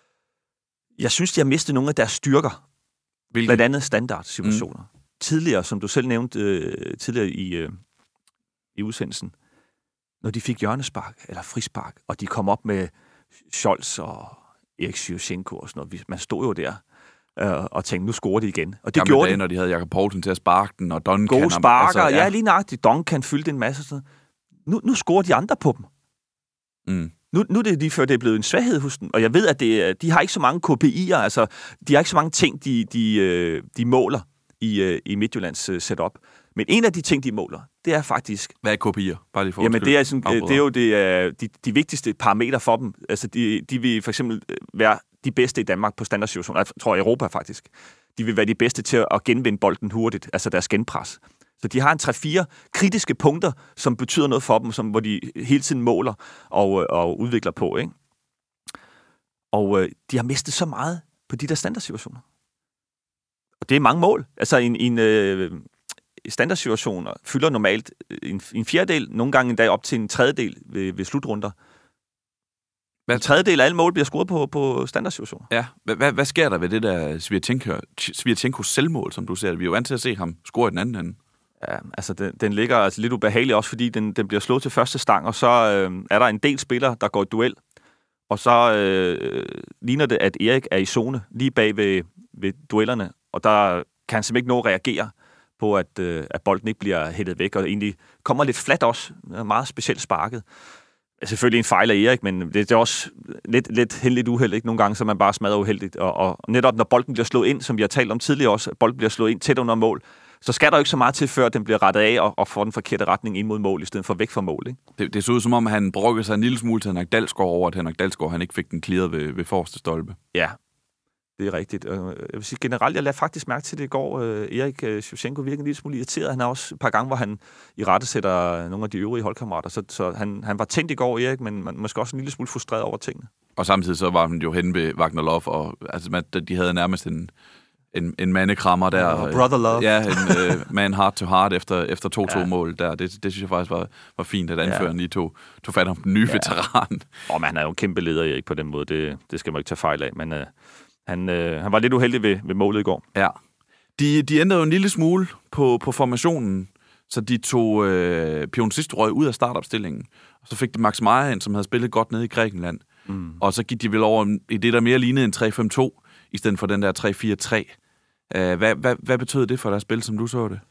Jeg synes, de har mistet nogle af deres styrker. Hvilken? Blandt andet standardsituationer. Mm. Tidligere, som du selv nævnte øh, tidligere i, øh, i udsendelsen, når de fik hjørnespark eller frispark, og de kom op med Scholz og Erik Sjøsjenko og sådan noget. Man stod jo der øh, og tænkte, nu scorer de igen. Og det Gamle gjorde dage, de. når de havde Jakob Poulsen til at sparke den, og Duncan... Gode sparker, altså, ja. ja, lige nøjagtigt. Duncan fyldte en masse sådan. Nu, nu scorer de andre på dem. Mm. Nu, nu er det lige før, det er blevet en svaghed hos dem. Og jeg ved, at det, de har ikke så mange K P I'er, altså de har ikke så mange ting, de, de, de måler i, i Midtjyllands setup. Men en af de ting, de måler, det er faktisk... Hvad er K P I'er? Bare lige for Jamen, det er, sådan, det er jo det, de, de vigtigste parametre for dem. Altså, de, de vil for eksempel være de bedste i Danmark på standardsituationer. Jeg tror, Europa faktisk. De vil være de bedste til at genvinde bolden hurtigt, altså deres genpres. Så de har en tre-fire kritiske punkter, som betyder noget for dem, som, hvor de hele tiden måler og, og udvikler på. Ikke? Og øh, de har mistet så meget på de der standardsituationer. Og det er mange mål. Altså, en... en øh, standardsituationer fylder normalt en, en fjerdedel, nogle gange endda op til en tredjedel ved, ved slutrunder. Hvad? En tredjedel af alle mål bliver scoret på, på standardsituationer. Ja, hvad, hvad sker der ved det der Svirtjenkos selvmål, som du ser? Vi er jo vant til at se ham score i den anden ende. Ja, altså den, den ligger altså lidt ubehageligt også, fordi den, den bliver slået til første stang, og så øh, er der en del spillere, der går i duel. Og så øh, ligner det, at Erik er i zone lige bag ved, ved duellerne, og der kan han simpelthen ikke nå at reagere på, at, øh, at bolden ikke bliver hættet væk, og egentlig kommer lidt flat også, meget specielt sparket. Selvfølgelig en fejl af Erik, men det er også lidt, lidt heldigt uheld, ikke? Nogle gange, så man bare smadrer uheldigt. Og, og netop når bolden bliver slået ind, som vi har talt om tidligere også, at bolden bliver slået ind tæt under mål, så skal der jo ikke så meget til, før den bliver rettet af og, og får den forkerte retning ind mod mål, i stedet for væk fra mål. Ikke? Det, det så ud som om, han brokkede sig en lille smule til Henrik Dalsgaard over, at Henrik Dalsgaard han ikke fik den clearet ved, ved forreste stolpe. Ja, det er rigtigt. Jeg vil sige, generelt, jeg lagde faktisk mærke til det i går. Erik Shevchenko virker en lille smule irriteret. Han har også et par gange, hvor han i rette sætter nogle af de øvrige holdkammerater. Så, så han, han var tændt i går, Erik, men man, måske også en lille smule frustreret over tingene. Og samtidig så var han jo henne ved Wagner Love, og altså, de havde nærmest en, en, en mandekrammer der. Oh, brother love. Ja, en uh, man heart to heart efter, efter to-to-mål der. Det, det synes jeg faktisk var, var fint, at anføreren ja. lige tog, tog fat om den nye ja. veteran. Og man er jo en kæmpe leder, Erik, på den måde. Det, det skal man ikke tage fejl af, men... Uh... Han, øh, han var lidt uheldig ved, ved målet i går. Ja. De, de ændrede jo en lille smule på, på formationen, så de tog øh, Pion Sisterøj ud af startopstillingen. Og så fik de Max Meyer ind, som havde spillet godt nede i Grækenland. Mm. Og så gik de vel over i det, der mere lignede en tre fem to, i stedet for den der tre fire tre. Uh, hvad, hvad, hvad betød det for deres spil, som du så det?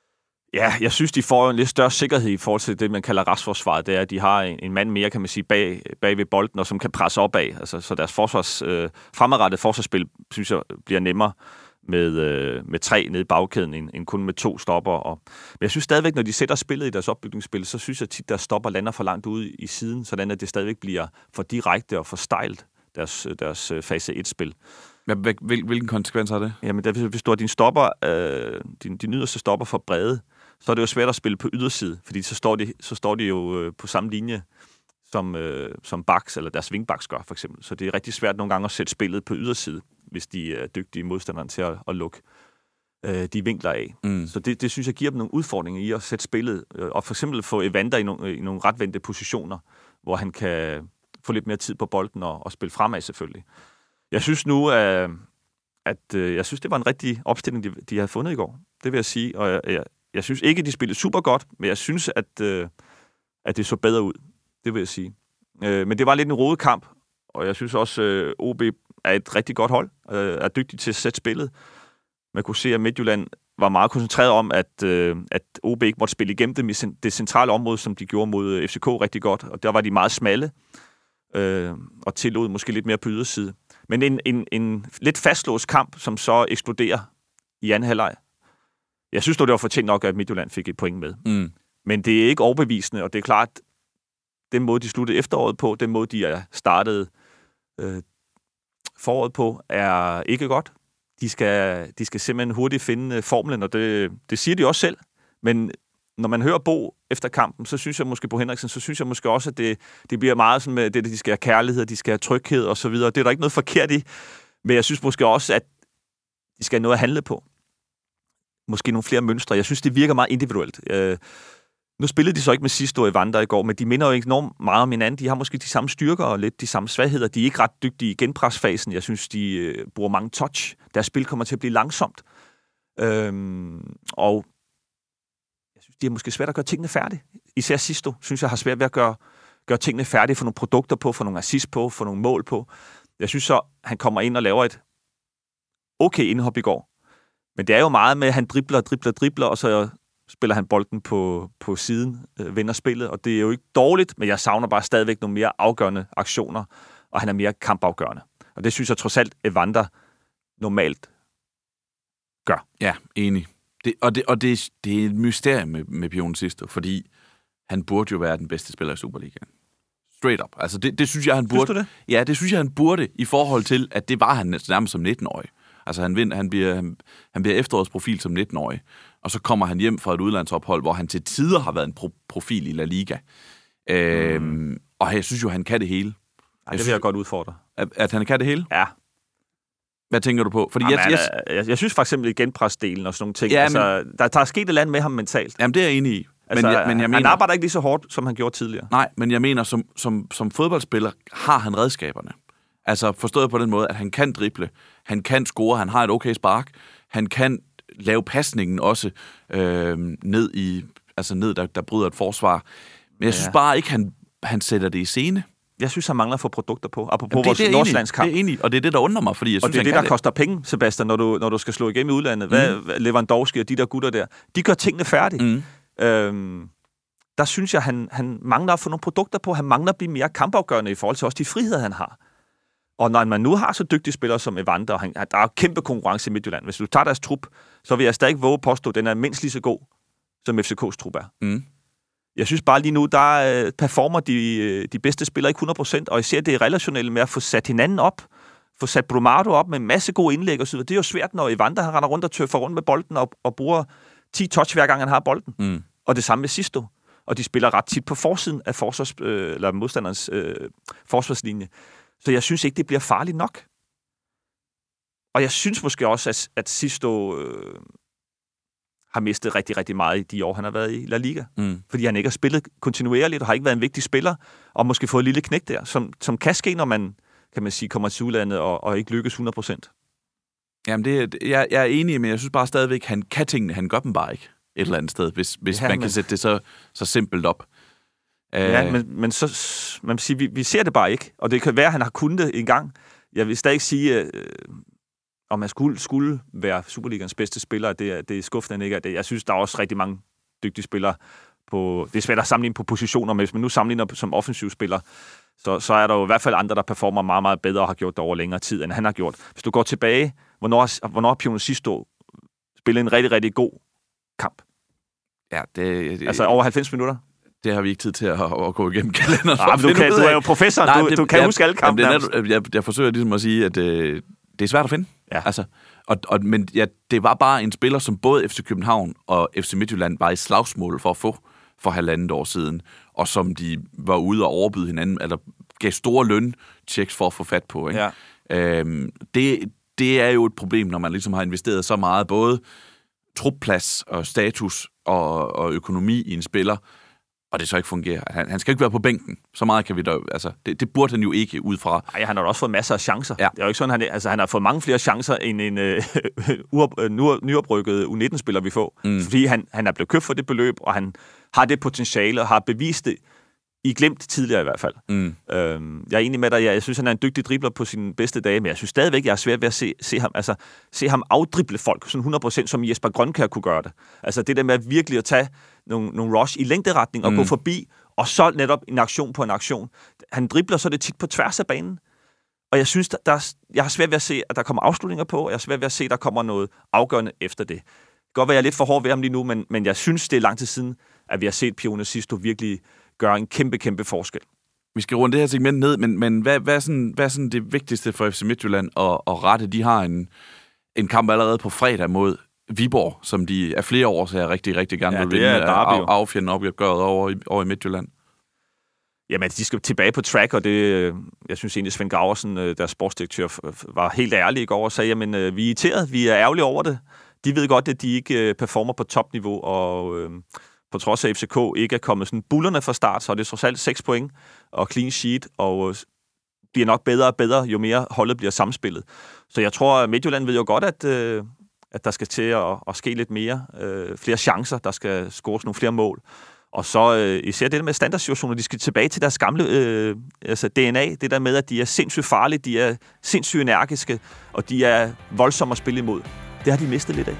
Ja, jeg synes, de får en lidt større sikkerhed i forhold til det, man kalder restforsvaret. Det er, at de har en, en mand mere, kan man sige, bag, bag ved bolden, og som kan presse op af. Altså, så deres forsvars, øh, fremadrettet forsvarsspil, synes jeg, bliver nemmere med, øh, med tre nede i bagkæden, end, end kun med to stopper. Og, men jeg synes stadigvæk, når de sætter spillet i deres opbygningsspil, så synes jeg tit, der stopper lander for langt ude i siden, sådan at det stadigvæk bliver for direkte og for stejlt, deres, deres fase et-spil. Hvilken konsekvens har det? Jamen, der, hvis du har din stopper, øh, din, din yderste stopper for brede, så er det jo svært at spille på yderside, fordi så står de, så står de jo øh, på samme linje, som, øh, som backs, eller deres wingbacks gør, for eksempel. Så det er rigtig svært nogle gange at sætte spillet på yderside, hvis de er dygtige modstandere til at, at lukke øh, de vinkler af. Mm. Så det, det synes jeg giver dem nogle udfordringer i at sætte spillet, øh, og for eksempel få Evander i nogle, i nogle retvendte positioner, hvor han kan få lidt mere tid på bolden og, og spille fremad selvfølgelig. Jeg synes nu, at, at øh, jeg synes, det var en rigtig opstilling, de, de havde fundet i går. Det vil jeg sige, og jeg, jeg Jeg synes ikke, at de spillede super godt, men jeg synes, at, øh, at det så bedre ud. Det vil jeg sige. Øh, men det var lidt en rodet kamp, og jeg synes også, at øh, O B er et rigtig godt hold, øh, er dygtig til at sætte spillet. Man kunne se, at Midtjylland var meget koncentreret om, at, øh, at O B ikke måtte spille igennem dem i det centrale område, som de gjorde mod F C K rigtig godt, og der var de meget smalle, øh, og tillod måske lidt mere på yderside. Men en, en, en lidt fastlåst kamp, som så eksploderer i anden halvleg. Jeg synes dog, det var fortjent nok, at Midtjylland fik et point med. Mm. Men det er ikke overbevisende, og det er klart, den måde, de sluttede efteråret på, den måde, de er startet øh, foråret på, er ikke godt. De skal, de skal simpelthen hurtigt finde formlen, og det, det siger de også selv. Men når man hører Bo efter kampen, så synes jeg måske på Henriksen, så synes jeg måske også, at det, det bliver meget sådan med det, de skal have kærlighed, de skal have tryghed og så videre. Det er der ikke noget forkert i. Men jeg synes måske også, at de skal have noget at handle på. Måske nogle flere mønstre. Jeg synes, det virker meget individuelt. Øh, nu spillede de så ikke med sidste år i Vandre i går, men de minder jo enormt meget om hinanden. De har måske de samme styrker og lidt de samme svagheder. De er ikke ret dygtige i genpresfasen. Jeg synes, de øh, bruger mange touch. Deres spil kommer til at blive langsomt. Øh, og jeg synes, de er måske svært at gøre tingene færdige. Især Sisto, synes jeg, har svært ved at gøre, gøre tingene færdige, få nogle produkter på, få nogle assist på, få nogle mål på. Jeg synes så, han kommer ind og laver et okay indhop i går. Men det er jo meget med, at han dribler, dribler, dribler, og så spiller han bolden på, på siden, øh, vender spillet, og det er jo ikke dårligt, men jeg savner bare stadigvæk nogle mere afgørende aktioner, og han er mere kampafgørende. Og det synes jeg trods alt, Evander normalt gør. Ja, enig. Det, og det, og det, det er et mysterium med, med Pion Sisto, fordi han burde jo være den bedste spiller i Superligaen. Straight up. Altså det, det synes jeg, han burde. Synes du det? Ja, det synes jeg, han burde, i forhold til, at det var han nærmest som nitten-årig. Altså han, vind, han, bliver, han, han bliver efterårsprofil som nitten-årig, og så kommer han hjem fra et udlandsophold, hvor han til tider har været en pro- profil i La Liga. Øhm, mm. Og jeg synes jo, han kan det hele. Ej, det vil jeg godt udfordre. At, at han kan det hele? Ja. Hvad tænker du på? Fordi Jamen, jeg, jeg, jeg, jeg synes for eksempel i genpresdelen og sådan nogle ting, ja, altså, men, der, der er sket et eller andet med ham mentalt. Jamen det er jeg enig i. Altså, men jeg, men jeg mener, han arbejder ikke lige så hårdt, som han gjorde tidligere. Nej, men jeg mener, som, som, som fodboldspiller har han redskaberne. Altså forstået på den måde, at han kan drible, han kan score, han har et okay spark, han kan lave pasningen også øh, ned i, altså ned, der, der bryder et forsvar. Men jeg ja. synes bare ikke, han, han sætter det i scene. Jeg synes, han mangler at få produkter på. Apropos det, vores nordslandskamp. Det er enig, og det er det, der undrer mig, fordi jeg og synes, det er det, der det. koster penge, Sebastian, når du, når du skal slå igennem i udlandet. Hvad, mm. Lewandowski og de der gutter der, de gør tingene færdige. Mm. Øhm, der synes jeg, han, han mangler at få nogle produkter på. Han mangler at blive mere kampafgørende i forhold til også de friheder, han har. Og når man nu har så dygtige spillere som Evander, og han, der er kæmpe konkurrence i Midtjylland. Hvis du tager deres trup, så vil jeg stadig våge påstå, at den er mindst lige så god, som F C K's trup er. Mm. Jeg synes bare lige nu, der performer de, de bedste spillere ikke hundrede procent, og jeg ser det relationelle med at få sat hinanden op, få sat Brumado op med en masse gode indlæg og så videre. Det er jo svært, når Evander han render rundt og tøffer rundt med bolden og, og bruger ti touch hver gang han har bolden. Mm. Og det samme med Sisto. Og de spiller ret tit på forsiden af forsvars, øh, eller modstanderens øh, forsvarslinje. Så jeg synes ikke, det bliver farligt nok. Og jeg synes måske også, at, at Sisto øh, har mistet rigtig, rigtig meget i de år, han har været i La Liga. Mm. Fordi han ikke har spillet kontinuerligt, og har ikke været en vigtig spiller, og måske fået et lille knæk der, som, som kan ske, når man, kan man sige, kommer til udlandet og, og ikke lykkes hundrede procent. Jamen, det, jeg, jeg er enig, men jeg synes bare stadigvæk, han kan tingene, han gør dem bare ikke et eller andet sted, hvis, hvis ja, man men... kan sætte det så, så simpelt op. Ja, men, men så, man siger, vi, vi ser det bare ikke, og det kan være, at han har kunnet det engang. Jeg vil stadig sige, øh, om han skulle, skulle være Superligans bedste spiller, det, det er skuffende ikke. Det, jeg synes, der er også rigtig mange dygtige spillere på. Det er svært at sammenligne på positioner, men hvis man nu sammenligner som offensiv spiller, så, så er der jo i hvert fald andre, der performer meget, meget bedre og har gjort det over længere tid, end han har gjort. Hvis du går tilbage, hvornår, hvornår har Pione Sisto spillet en rigtig, rigtig god kamp? Ja, det, det, altså over halvfems minutter? Det har vi ikke tid til at, at gå igennem kalenderen. Ah, du, kan, du er jo professor, Nej, du, det, du kan jeg, huske alle kampene. Jeg, jeg, jeg forsøger ligesom at sige, at øh, det er svært at finde. Ja. Altså, og, og, men ja, det var bare en spiller, som både F C København og F C Midtjylland var i slagsmål for at få for halvandet år siden, og som de var ude og overbyde hinanden, eller gav store lønchecks for at få fat på. Ikke? Ja. Øhm, det, det er jo et problem, når man ligesom har investeret så meget, både trupplads og status og, og økonomi i en spiller, og det så ikke fungerer. Han, han skal ikke være på bænken. Så meget kan vi da... Altså, det, det burde han jo ikke ud fra. Ej, han har også fået masser af chancer. Ja. Det er jo ikke sådan, han, altså, han har fået mange flere chancer, end en øh, uh, nyoprykket U nitten-spiller, vi får. Mm. Fordi han, han er blevet købt for det beløb, og han har det potentiale, og har bevist det i glemt tidligere i hvert fald. Mm. Øhm, jeg er enig med dig. Jeg, jeg synes, han er en dygtig dribler på sine bedste dage, men jeg synes stadigvæk, jeg er svært ved at se, se, ham, altså, se ham afdrible folk, sådan hundrede procent, som Jesper Grønkjær kunne gøre det. Altså det der med at virkelig at tage nogle, nogle rush i længderetning og mm. gå forbi, og så netop en aktion på en aktion. Han dribler så det tit på tværs af banen, og jeg synes, der, der, jeg har svært ved at se, at der kommer afslutninger på, og jeg har svært ved at se, at der kommer noget afgørende efter det. Det kan godt være, jeg er lidt for hård ved ham lige nu, men, men jeg synes, det er lang tid siden, at vi har set Pione Sisto virkelig gør en kæmpe, kæmpe forskel. Vi skal runde det her segment ned, men, men hvad, hvad, er sådan, hvad er sådan det vigtigste for F C Midtjylland at, at rette? De har en, en kamp allerede på fredag mod Viborg, som de af flere år så rigtig, rigtig gerne ja, vil vinde af affjenden opgøret over, over i Midtjylland. Jamen, de skal tilbage på track, og det, jeg synes egentlig, Svend Graversen, deres sportsdirektør, var helt ærlig i går og sagde, jamen, vi er irriteret, vi er ærgerlige over det. De ved godt, at de ikke performer på topniveau, og øh, på trods af F C K ikke er kommet sådan bullerne fra start, så er det trods alt seks point og clean sheet, og bliver nok bedre og bedre, jo mere holdet bliver samspillet. Så jeg tror, at Midtjylland ved jo godt, at, øh, at der skal til at, at ske lidt mere. Øh, flere chancer, der skal scores nogle flere mål. Og så øh, især det der med standardsituationer, de skal tilbage til deres gamle øh, altså D N A, det der med, at de er sindssygt farlige, de er sindssygt energiske, og de er voldsomme at spille imod. Det har de mistet lidt af.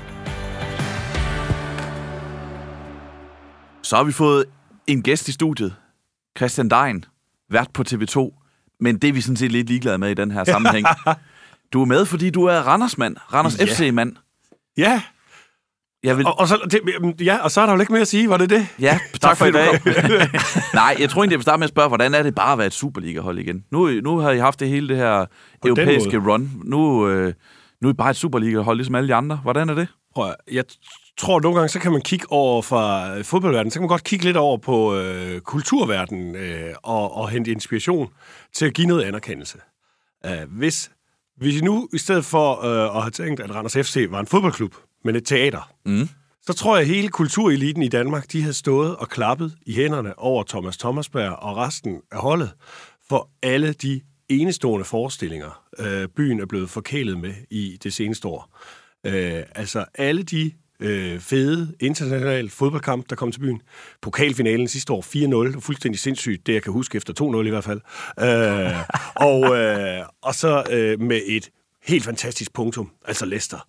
Så har vi fået en gæst i studiet, Christian Dein, vært på T V to, men det er vi sådan set lidt ligeglade med i den her sammenhæng. Du er med, fordi du er Randers-mand, Randers ja. F C-mand. Ja, jeg vil... og, og, så, det, ja, og så er der jo ikke mere at sige, var det det? Ja, tak, tak for i dag. Nej, jeg tror egentlig, jeg vil starte med at spørge, hvordan er det bare at være et Superliga-hold igen? Nu, nu har I haft det hele det her på europæiske run. Nu, øh, nu er I bare et Superliga-hold, ligesom alle de andre. Hvordan er det? Prøv, jeg tror, at nogle gange, så kan man kigge over fra fodboldverdenen, så kan man godt kigge lidt over på øh, kulturverdenen øh, og, og hente inspiration til at give noget anerkendelse. Uh, hvis, hvis I nu, i stedet for øh, at have tænkt, at Randers F C var en fodboldklub, men et teater, mm. så tror jeg, at hele kultureliten i Danmark, de har stået og klappet i hænderne over Thomas Thomasberg og resten af holdet for alle de enestående forestillinger, øh, byen er blevet forkælet med i det seneste år. Øh, altså alle de øh, fede internationale fodboldkamp, der kom til byen. Pokalfinalen sidste år fire nul, fuldstændig sindssygt, det jeg kan huske efter to nul i hvert fald. Øh, og, øh, og så øh, med et helt fantastisk punktum, altså Leicester.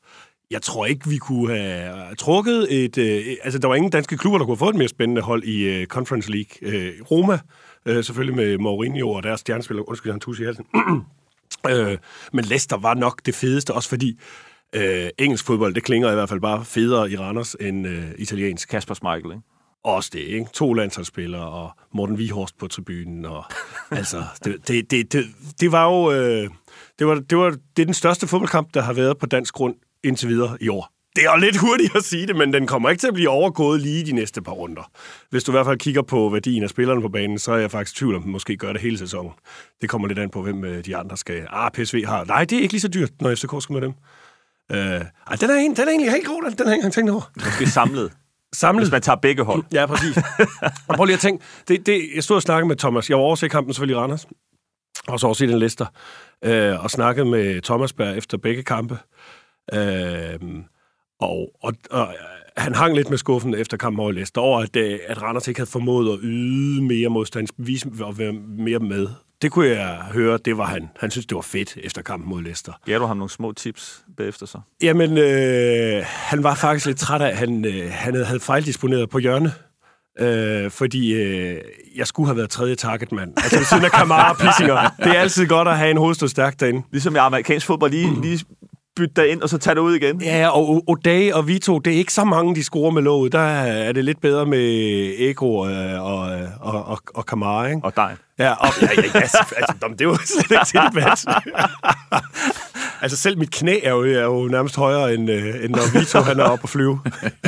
Jeg tror ikke, vi kunne have trukket et... Øh, altså, der var ingen danske klubber, der kunne have fået et mere spændende hold i øh, Conference League. Øh, Roma, øh, selvfølgelig med Mourinho og deres stjernespiller, undskyld, han tusse i halsen. øh, men Leicester var nok det fedeste, også fordi øh, engelsk fodbold, det klinger i hvert fald bare federe i Randers end øh, italiensk. Kasper Schmeichel, ikke? Også det, ikke? To landsholdsspillere og Morten Wieghorst på tribunen. Og, altså, det, det, det, det, det var jo... Øh, det, var, det, var, det er den største fodboldkamp, der har været på dansk grund indtil videre i år. Det er jo lidt hurtigt at sige det, men den kommer ikke til at blive overgået lige de næste par runder. Hvis du i hvert fald kigger på værdien af spillerne på banen, så er jeg faktisk i tvivl om, at måske gør det hele sæsonen. Det kommer lidt an på, hvem de andre skal... Ah, P S V har... Nej, det er ikke lige så dyrt, når F C K skal med dem. Uh, ej, den, er en, den er egentlig helt god, den, den har jeg ikke engang tænkt over. Måske samlet. Samlet. Hvis man tager begge hold. Ja, præcis. Og prøv lige at tænke, det, det, jeg stod og snakkede med Thomas. Jeg var overset kampen selvfølgelig i Randers, og så overset den Leicester, øh, og snakkede med Thomas Berg efter begge kampe. Øh, og, og, og han hang lidt med skuffen efter kampen over Leicester, over at, at Randers ikke havde formået at yde mere modstand, vise og være mere med. Det kunne jeg høre, det var han. Han synes, det var fedt efter kampen mod Leicester. Gav du ham nogle små tips bagefter så? Jamen, øh, han var faktisk lidt træt af, at han, øh, han havde fejldisponeret på hjørne. Øh, fordi øh, jeg skulle have været tredje targetmand. Altså ved siden af Kamara og Pissinger. Det er altid godt at have en hovedstød stærk derinde. Ligesom i amerikansk fodbold, lige, lige bytte dig ind, og så tage det ud igen. Ja, og O'Day og Vito, det er ikke så mange, de scorer med låget. Der er det lidt bedre med Eko og, og, og, og, og Kamara, ikke? Og dig. Ja, og, ja, ja, ja altså, det er jo slet ikke til debat. Altså selv mit knæ er jo, er jo nærmest højere, end, end når Vito han er oppe at flyve.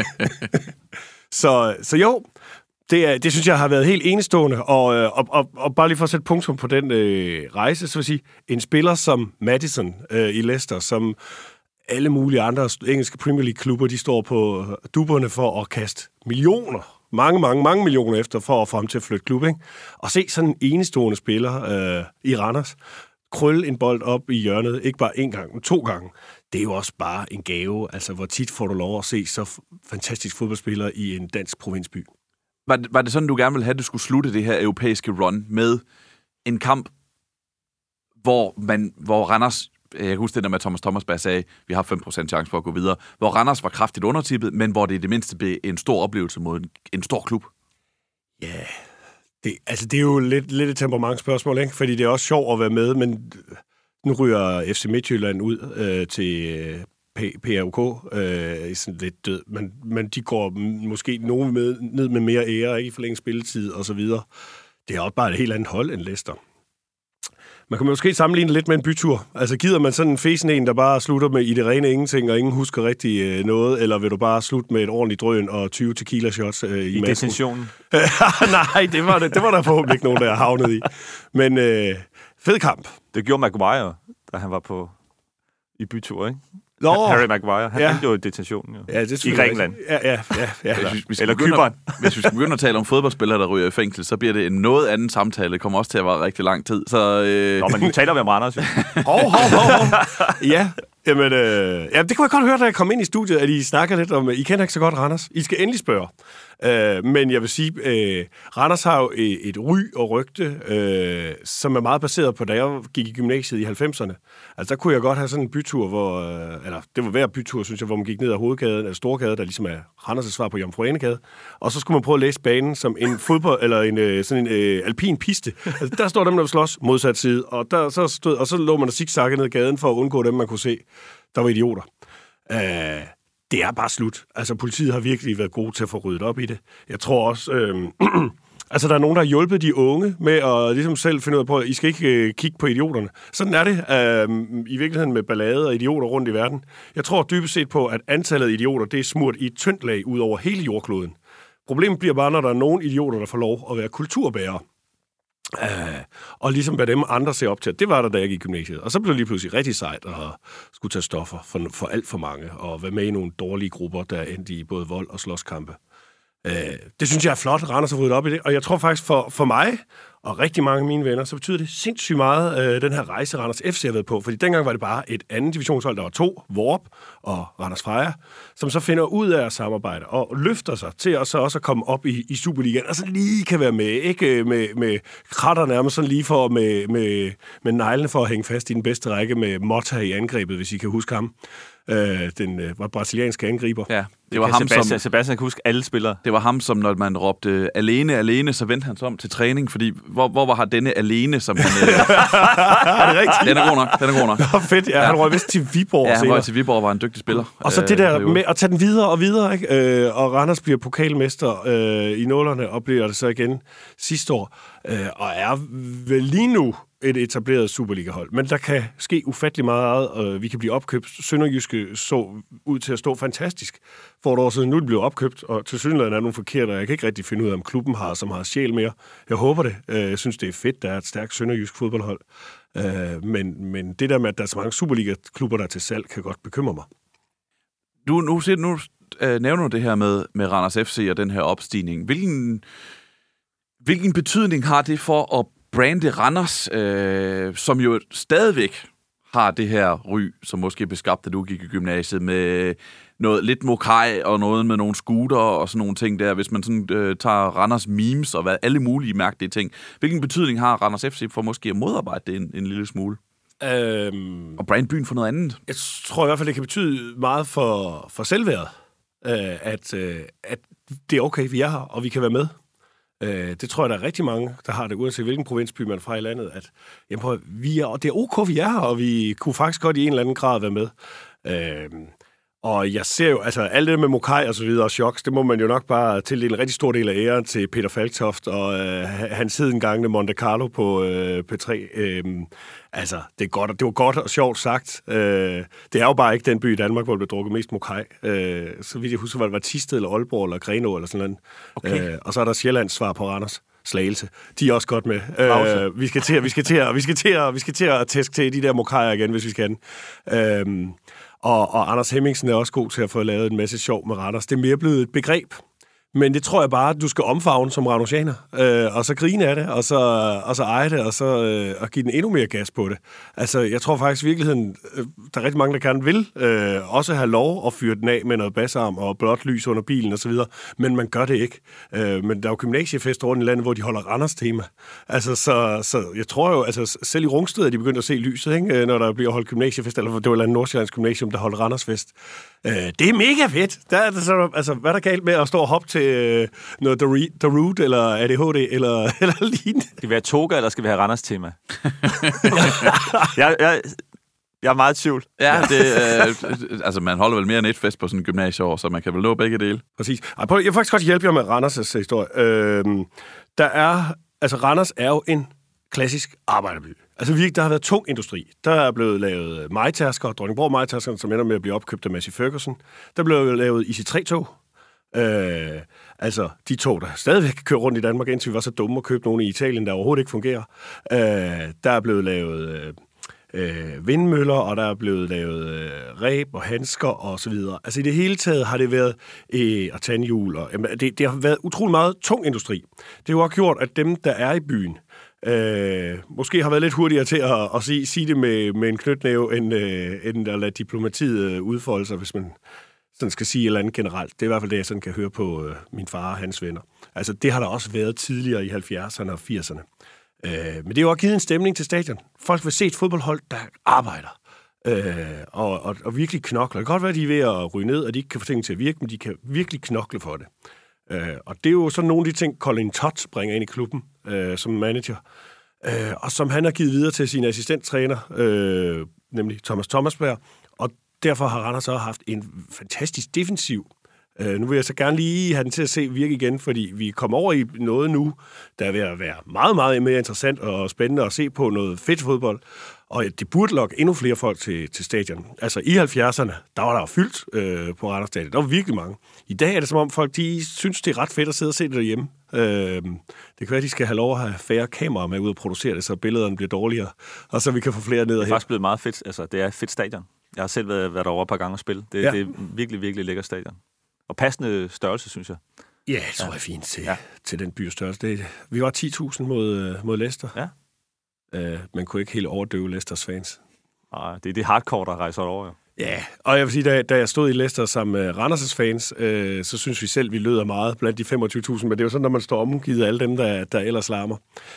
så, så jo, det, det synes jeg har været helt enestående, og, og, og, og bare lige for at sætte punktum på den øh, rejse, så vil jeg sige, en spiller som Maddison øh, i Leicester, som alle mulige andre engelske Premier League-klubber, de står på dupperne for at kaste millioner, mange, mange, mange millioner efter, for at få ham til at flytte klub, ikke? Og se sådan en enestående spiller øh, i Randers, krølle en bold op i hjørnet, ikke bare én gang, men to gange. Det er jo også bare en gave, altså hvor tit får du lov at se så fantastisk fodboldspiller i en dansk provinsby. Var det, var det sådan, du gerne ville have, at du skulle slutte det her europæiske run med en kamp, hvor, man, hvor Randers, jeg kan huske det der med Thomas Thomasberg sagde, vi har fem procent chance for at gå videre, hvor Randers var kraftigt undertippet, men hvor det i det mindste blev en stor oplevelse mod en, en stor klub? Ja, yeah. det, altså det er jo lidt, lidt et temperamentsspørgsmål, ikke? Fordi det er også sjovt at være med, men nu ryger F C Midtjylland ud øh, til P R O K øh, sådan lidt død, men, men de går måske nogen med, ned med mere ære, ikke forlænge spilletid og så videre. Det er også bare et helt andet hold end Leicester. Man kan måske sammenligne lidt med en bytur. Altså gider man sådan en fesen en, der bare slutter med i det rene ingenting, og ingen husker rigtig øh, noget, eller vil du bare slutte med et ordentligt drøn og tyve tequila shots øh, i, I detentionen? Nej, det var, det, det var der forhåbentlig ikke nogen, der havnet i. Men øh, fed kamp. Det gjorde Maguire, da han var på i bytur, ikke? Nå, Harry Maguire, han ja. endte jo i detentionen jo. Ja, det i Grækenland. Ja, ja, ja, ja. Hvis vi, hvis Eller begynder, Cypern. Hvis vi skal begynde at tale om fodboldspillere, der ryger i fængsel, så bliver det en noget anden samtale. Det kommer også til at være rigtig lang tid. Så, øh... Nå, men nu taler vi om Randers jo. Hov, hov, hov, hov. Ja, jamen, øh, ja, det kunne jeg godt høre, da jeg kom ind i studiet, at I snakker lidt om, I kender ikke så godt Randers. I skal endelig spørge. Øh, men jeg vil sige, øh, Randers har jo et, et ry og rygte, øh, som er meget baseret på, da jeg gik i gymnasiet i halvfemserne. Altså, der kunne jeg godt have sådan en bytur, hvor, øh, eller det var hver bytur, synes jeg, hvor man gik ned ad hovedgaden, af Storgade, der ligesom er Randers' svar på Jomfru Anegade. Og så skulle man prøve at læse banen som en fodbold, eller en øh, sådan en øh, alpin piste. Altså, der står dem, der vil slås modsat side, og, der, så stod, og så lå man og zigzagge ned ad gaden for at undgå dem, man kunne se. Der var idioter. Øh, Det er bare slut. Altså, politiet har virkelig været gode til at få ryddet op i det. Jeg tror også... Øh, altså, der er nogen, der har hjulpet de unge med at ligesom selv finde ud af på, at I skal ikke øh, kigge på idioterne. Sådan er det øh, i virkeligheden med ballade og idioter rundt i verden. Jeg tror dybest set på, at antallet af idioter, det er smurt i et tyndt lag ud over hele jordkloden. Problemet bliver bare, når der er nogle idioter, der får lov at være kulturbærere. Uh, og ligesom hvad dem andre ser op til. Det var der, da jeg gik i gymnasiet. Og så blev det lige pludselig rigtig sejt at skulle tage stoffer for, for alt for mange, og være med i nogle dårlige grupper, der endte i både vold og slåskampe. Uh, det synes jeg er flot, Randers har ryddet op i det. Og jeg tror faktisk for, for mig, og rigtig mange af mine venner, så betyder det sindssygt meget, øh, den her rejse, Randers F C har været på. Fordi dengang var det bare et andet divisionshold, der var to, Vorp og Randers Freja, som så finder ud af at samarbejde og løfter sig til at så også at komme op i, i Superligaen, og så lige kan være med, ikke med, med kratter nærmest sådan lige for med, med, med neglene for at hænge fast i den bedste række med Motta i angrebet, hvis I kan huske ham. Øh, den øh, var brasilianske angriber. Ja, det var ham, Sebastian, som... Sebastian kan huske alle spillere. Det var ham, som når man råbte alene, alene, så vendte han sig om til træning, fordi hvor, hvor var han denne alene, som han... Øh... er det rigtigt? Den er god nok, den er god nok. Det var fedt, ja. ja. Han røg vist til Viborg. Ja, han senere. røg til Viborg, var en dygtig spiller. Og så det der med at tage den videre og videre, ikke? Øh, og Randers bliver pokalmester øh, i nullerne, og bliver det så igen sidste år, øh, og er vel lige nu et etableret Superliga-hold. Men der kan ske ufattelig meget, og vi kan blive opkøbt. Sønderjyske så ud til at stå fantastisk for et år siden. Nu er det blevet opkøbt, og til synligheden er nogle forkerte, og jeg kan ikke rigtig finde ud af, om klubben har, som har sjæl mere. Jeg håber det. Jeg synes, det er fedt, der er et stærkt sønderjysk fodboldhold. Men, men det der med, at der er så mange Superliga-klubber, der er til salg, kan godt bekymre mig. Du, nu, nu øh, nævner du det her med, med Randers F C og den her opstigning. Hvilken, hvilken betydning har det for at brande Randers, øh, som jo stadigvæk har det her ry, som måske blev skabt, da du gik i gymnasiet, med noget lidt mokai og noget med nogle scooter og sådan nogle ting der, hvis man sådan øh, tager Randers memes og hvad, alle mulige mærkelige ting. Hvilken betydning har Randers F C for måske at modarbejde det en, en lille smule? Øhm, og brande byen for noget andet? Jeg tror i hvert fald, det kan betyde meget for, for selvværdet, øh, at, øh, at det er okay, vi er her, og vi kan være med. Det tror jeg, der er rigtig mange, der har det, uanset hvilken provinsby man er fra i landet, at jamen, prøv, vi er, det er ok, vi er her, og vi kunne faktisk godt i en eller anden grad være med. Øh, og jeg ser jo, altså alt det med Mokai og så videre, og Shoks, det må man jo nok bare tildele en rigtig stor del af æren til Peter Falktoft og øh, hans sidengangne Monte Carlo på øh, P tre. Øh, altså, det, er godt, det var godt og sjovt sagt. Øh, det er jo bare ikke den by i Danmark, hvor der bliver drukket mest Mokai. Øh, så vidt jeg husker, var det var Thisted eller Aalborg eller Grenaa eller sådan noget. Okay. Øh, og så er der Sjællands svar på Randers. Slagelse. De er også godt med. Øh, vi skal til, vi skal til, vi skal til, vi skal til at tæske til de der Mokai'er igen, hvis vi skal. Øh, Og, og Anders Hemmingsen er også god til at få lavet en masse sjov med Randers. Det er mere blevet et begreb. Men det tror jeg bare, at du skal omfavne som randosianer. Øh, og så grine af det, og så, og så eje det, og så øh, og give den endnu mere gas på det. Altså, jeg tror faktisk i virkeligheden, øh, der er rigtig mange, der gerne vil øh, også have lov at fyre den af med noget bassarm og blåt lys under bilen osv., men man gør det ikke. Øh, men der er jo gymnasiefester rundt i landet, hvor de holder Randers tema. Altså, så, så jeg tror jo, altså selv i Rungsted er de begyndt at se lyset, ikke? Når der bliver holdt gymnasiefest, eller det var et eller andet Nordsjællands gymnasium, der holdt Randersfest. Øh, det er mega fedt! Der er, så, altså, hvad er der galt med at stå og hoppe til øh, noget Darude, eller A D H D, eller, eller lignende? Skal vi have toga, eller skal vi have Randers tema? jeg, jeg, jeg er meget i tvivl. Ja, det, øh, altså man holder vel mere end et fest på sådan en gymnasieår, så man kan vel nå begge dele. Præcis. Jeg vil faktisk godt hjælpe jer med Randers' historie. Øh, der er, altså Randers er jo en klassisk arbejderby. Altså virkelig, der har været tung industri. Der er blevet lavet majtasker, Dronningborg majtaskerne, som ender med at blive opkøbt af Massey Ferguson. Der blev lavet I C tre tog. Øh, altså de tog, der stadigvæk kører rundt i Danmark, indtil vi var så dumme at købe nogle i Italien, der overhovedet ikke fungerer. Øh, der er blevet lavet øh, vindmøller, og der er blevet lavet øh, ræb og handsker og så videre. Altså i det hele taget har det været øh, og tandhjul. Og, øh, det, det har været utrolig meget tung industri. Det har jo også gjort, at dem, der er i byen, Øh, måske har været lidt hurtigere til at, at sige, sige det med, med en knytnæve, end, øh, end at lade diplomatiet øh, udfolde sig, hvis man sådan skal sige et eller andet generelt. Det er i hvert fald det, jeg sådan kan høre på øh, min far og hans venner. Altså, det har der også været tidligere i halvfjerdserne og firserne. Øh, men det har jo også givet en stemning til stadion. Folk vil se et fodboldhold, der arbejder øh, og, og, og virkelig knokler. Det kan godt være, at de er ved at ryge ned, og de ikke kan få tingene til at virke, men de kan virkelig knokle for det. Uh, og det er jo sådan nogle af de ting, Colin Todd bringer ind i klubben uh, som manager, uh, og som han har givet videre til sin assistenttræner, uh, nemlig Thomas Thomasberg, og derfor har Randers også haft en fantastisk defensiv. Uh, nu vil jeg så gerne lige have den til at se virke igen, fordi vi kommer over i noget nu, der er ved at være meget, meget mere interessant og spændende at se på noget fedt fodbold. Og det burde lokke endnu flere folk til, til stadion. Altså i halvfjerdserne, der var der jo fyldt øh, på Randers Stadion. Der var virkelig mange. I dag er det som om folk, de synes, det er ret fedt at sidde og se det derhjemme. Øh, det kan være, at de skal have lov at have færre kameraer med ud og producere det, så billederne bliver dårligere, og så vi kan få flere ned og hen. Det er faktisk blevet meget fedt. Altså, det er et fedt stadion. Jeg har selv været, været over et par gange og spille. Det, ja. Det er virkelig, virkelig lækker stadion. Og passende størrelse, synes jeg. Ja, jeg tror, ja. er fint til, ja. til den bystørrelse. Det, vi var ti tusind mod, mod Leicester. Ja. Uh, man kunne ikke helt overdøve Leicesters fans. Nej, det er det hardcore, der rejser over, jo. Ja, og jeg vil sige, da, da jeg stod i Leicester sammen med Randers' fans, øh, så synes vi selv, vi løder meget blandt de femogtyve tusind, men det er jo sådan, når man står omgivet af alle dem, der, der ellers larmer.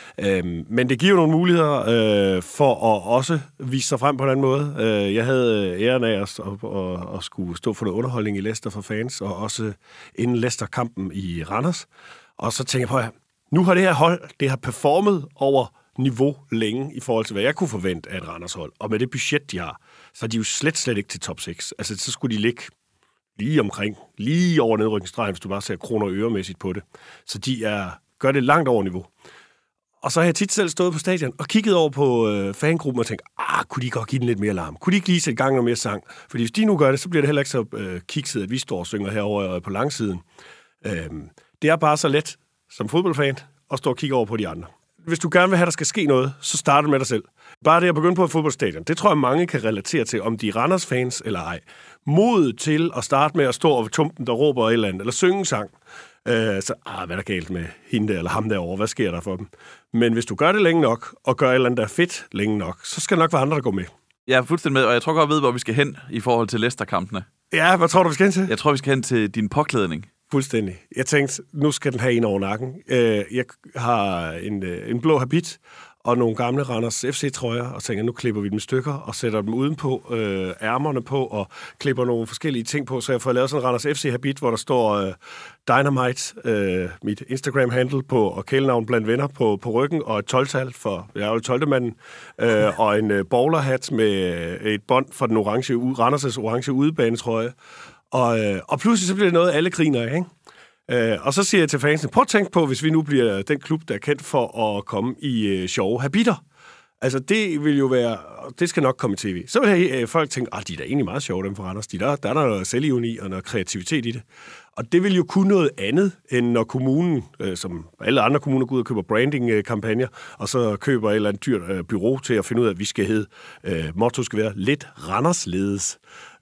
Øh, men det giver jo nogle muligheder øh, for at også vise sig frem på en anden måde. Øh, jeg havde æren af at, at, at, at skulle stå for noget underholdning i Leicester for fans, og også inden Leicester-kampen i Randers. Og så tænker jeg på, at nu har det her hold, det har performet over niveau længe i forhold til, hvad jeg kunne forvente af et Randers-hold. Og med det budget, de har, så er de jo slet, slet ikke til top seks. Altså, så skulle de ligge lige omkring, lige over nedrykningsstregen, hvis du bare ser kroner og øremæssigt på det. Så de er, gør det langt over niveau. Og så har jeg tit selv stået på stadion og kigget over på øh, fangruppen og tænkt, ah, kunne de godt give den lidt mere larm? Kunne de ikke lige sætte gang noget mere sang? Fordi hvis de nu gør det, så bliver det heller ikke så øh, kikset, at vi står og synger herovre på langsiden. Øh, det er bare så let som fodboldfan at stå og kigge over på de andre. Hvis du gerne vil have, at der skal ske noget, så start med dig selv. Bare det at begynde på et fodboldstadion, det tror jeg, mange kan relatere til, om de er Randers-fans eller ej. Mod til at starte med at stå over tumpen, der råber et eller andet, eller synge en sang. Øh, så, ah, hvad er der galt med hende eller ham derovre? Hvad sker der for dem? Men hvis du gør det længe nok, og gør et eller andet, der er fedt længe nok, så skal nok være andre, der går med. Jeg er fuldstændig med, og jeg tror godt, jeg ved, hvor vi skal hen i forhold til Leicester-kampene. Ja, hvad tror du, vi skal hen til? Jeg tror, vi skal hen til din påklædning. Fuldstændig. Jeg tænkte, nu skal den have en over nakken. Jeg har en, en blå habit og nogle gamle Randers F C-trøjer, og tænker, nu klipper vi dem i stykker og sætter dem udenpå, øh, ærmerne på, og klipper nogle forskellige ting på, så jeg får lavet sådan en Randers F C-habit, hvor der står øh, Dynamite, øh, mit Instagram-handle på, og kælenavn blandt venner på, på ryggen, og et tolv-tal, for jeg er jo tolvte-manden, øh, og en øh, bowlerhat med øh, et bånd for den orange, Randers' orange udebanetrøje. Og, øh, og pludselig så bliver det noget, alle griner af, ikke? Øh, og så siger jeg til fansene, prøv at tænke på, hvis vi nu bliver den klub, der er kendt for at komme i øh, sjove habiter. Altså, det vil jo være... Det skal nok komme i tv. Så vil øh, folk tænke, at de er da egentlig meget sjove, dem for Randers. De der, der er der noget selvivni og noget kreativitet i det. Og det vil jo kunne noget andet, end når kommunen, øh, som alle andre kommuner, går ud og køber branding-kampagner, og så køber et eller andet dyrt øh, bureau til at finde ud af, at vi skal hedde... Øh, motto skal være lidt Randers-ledes.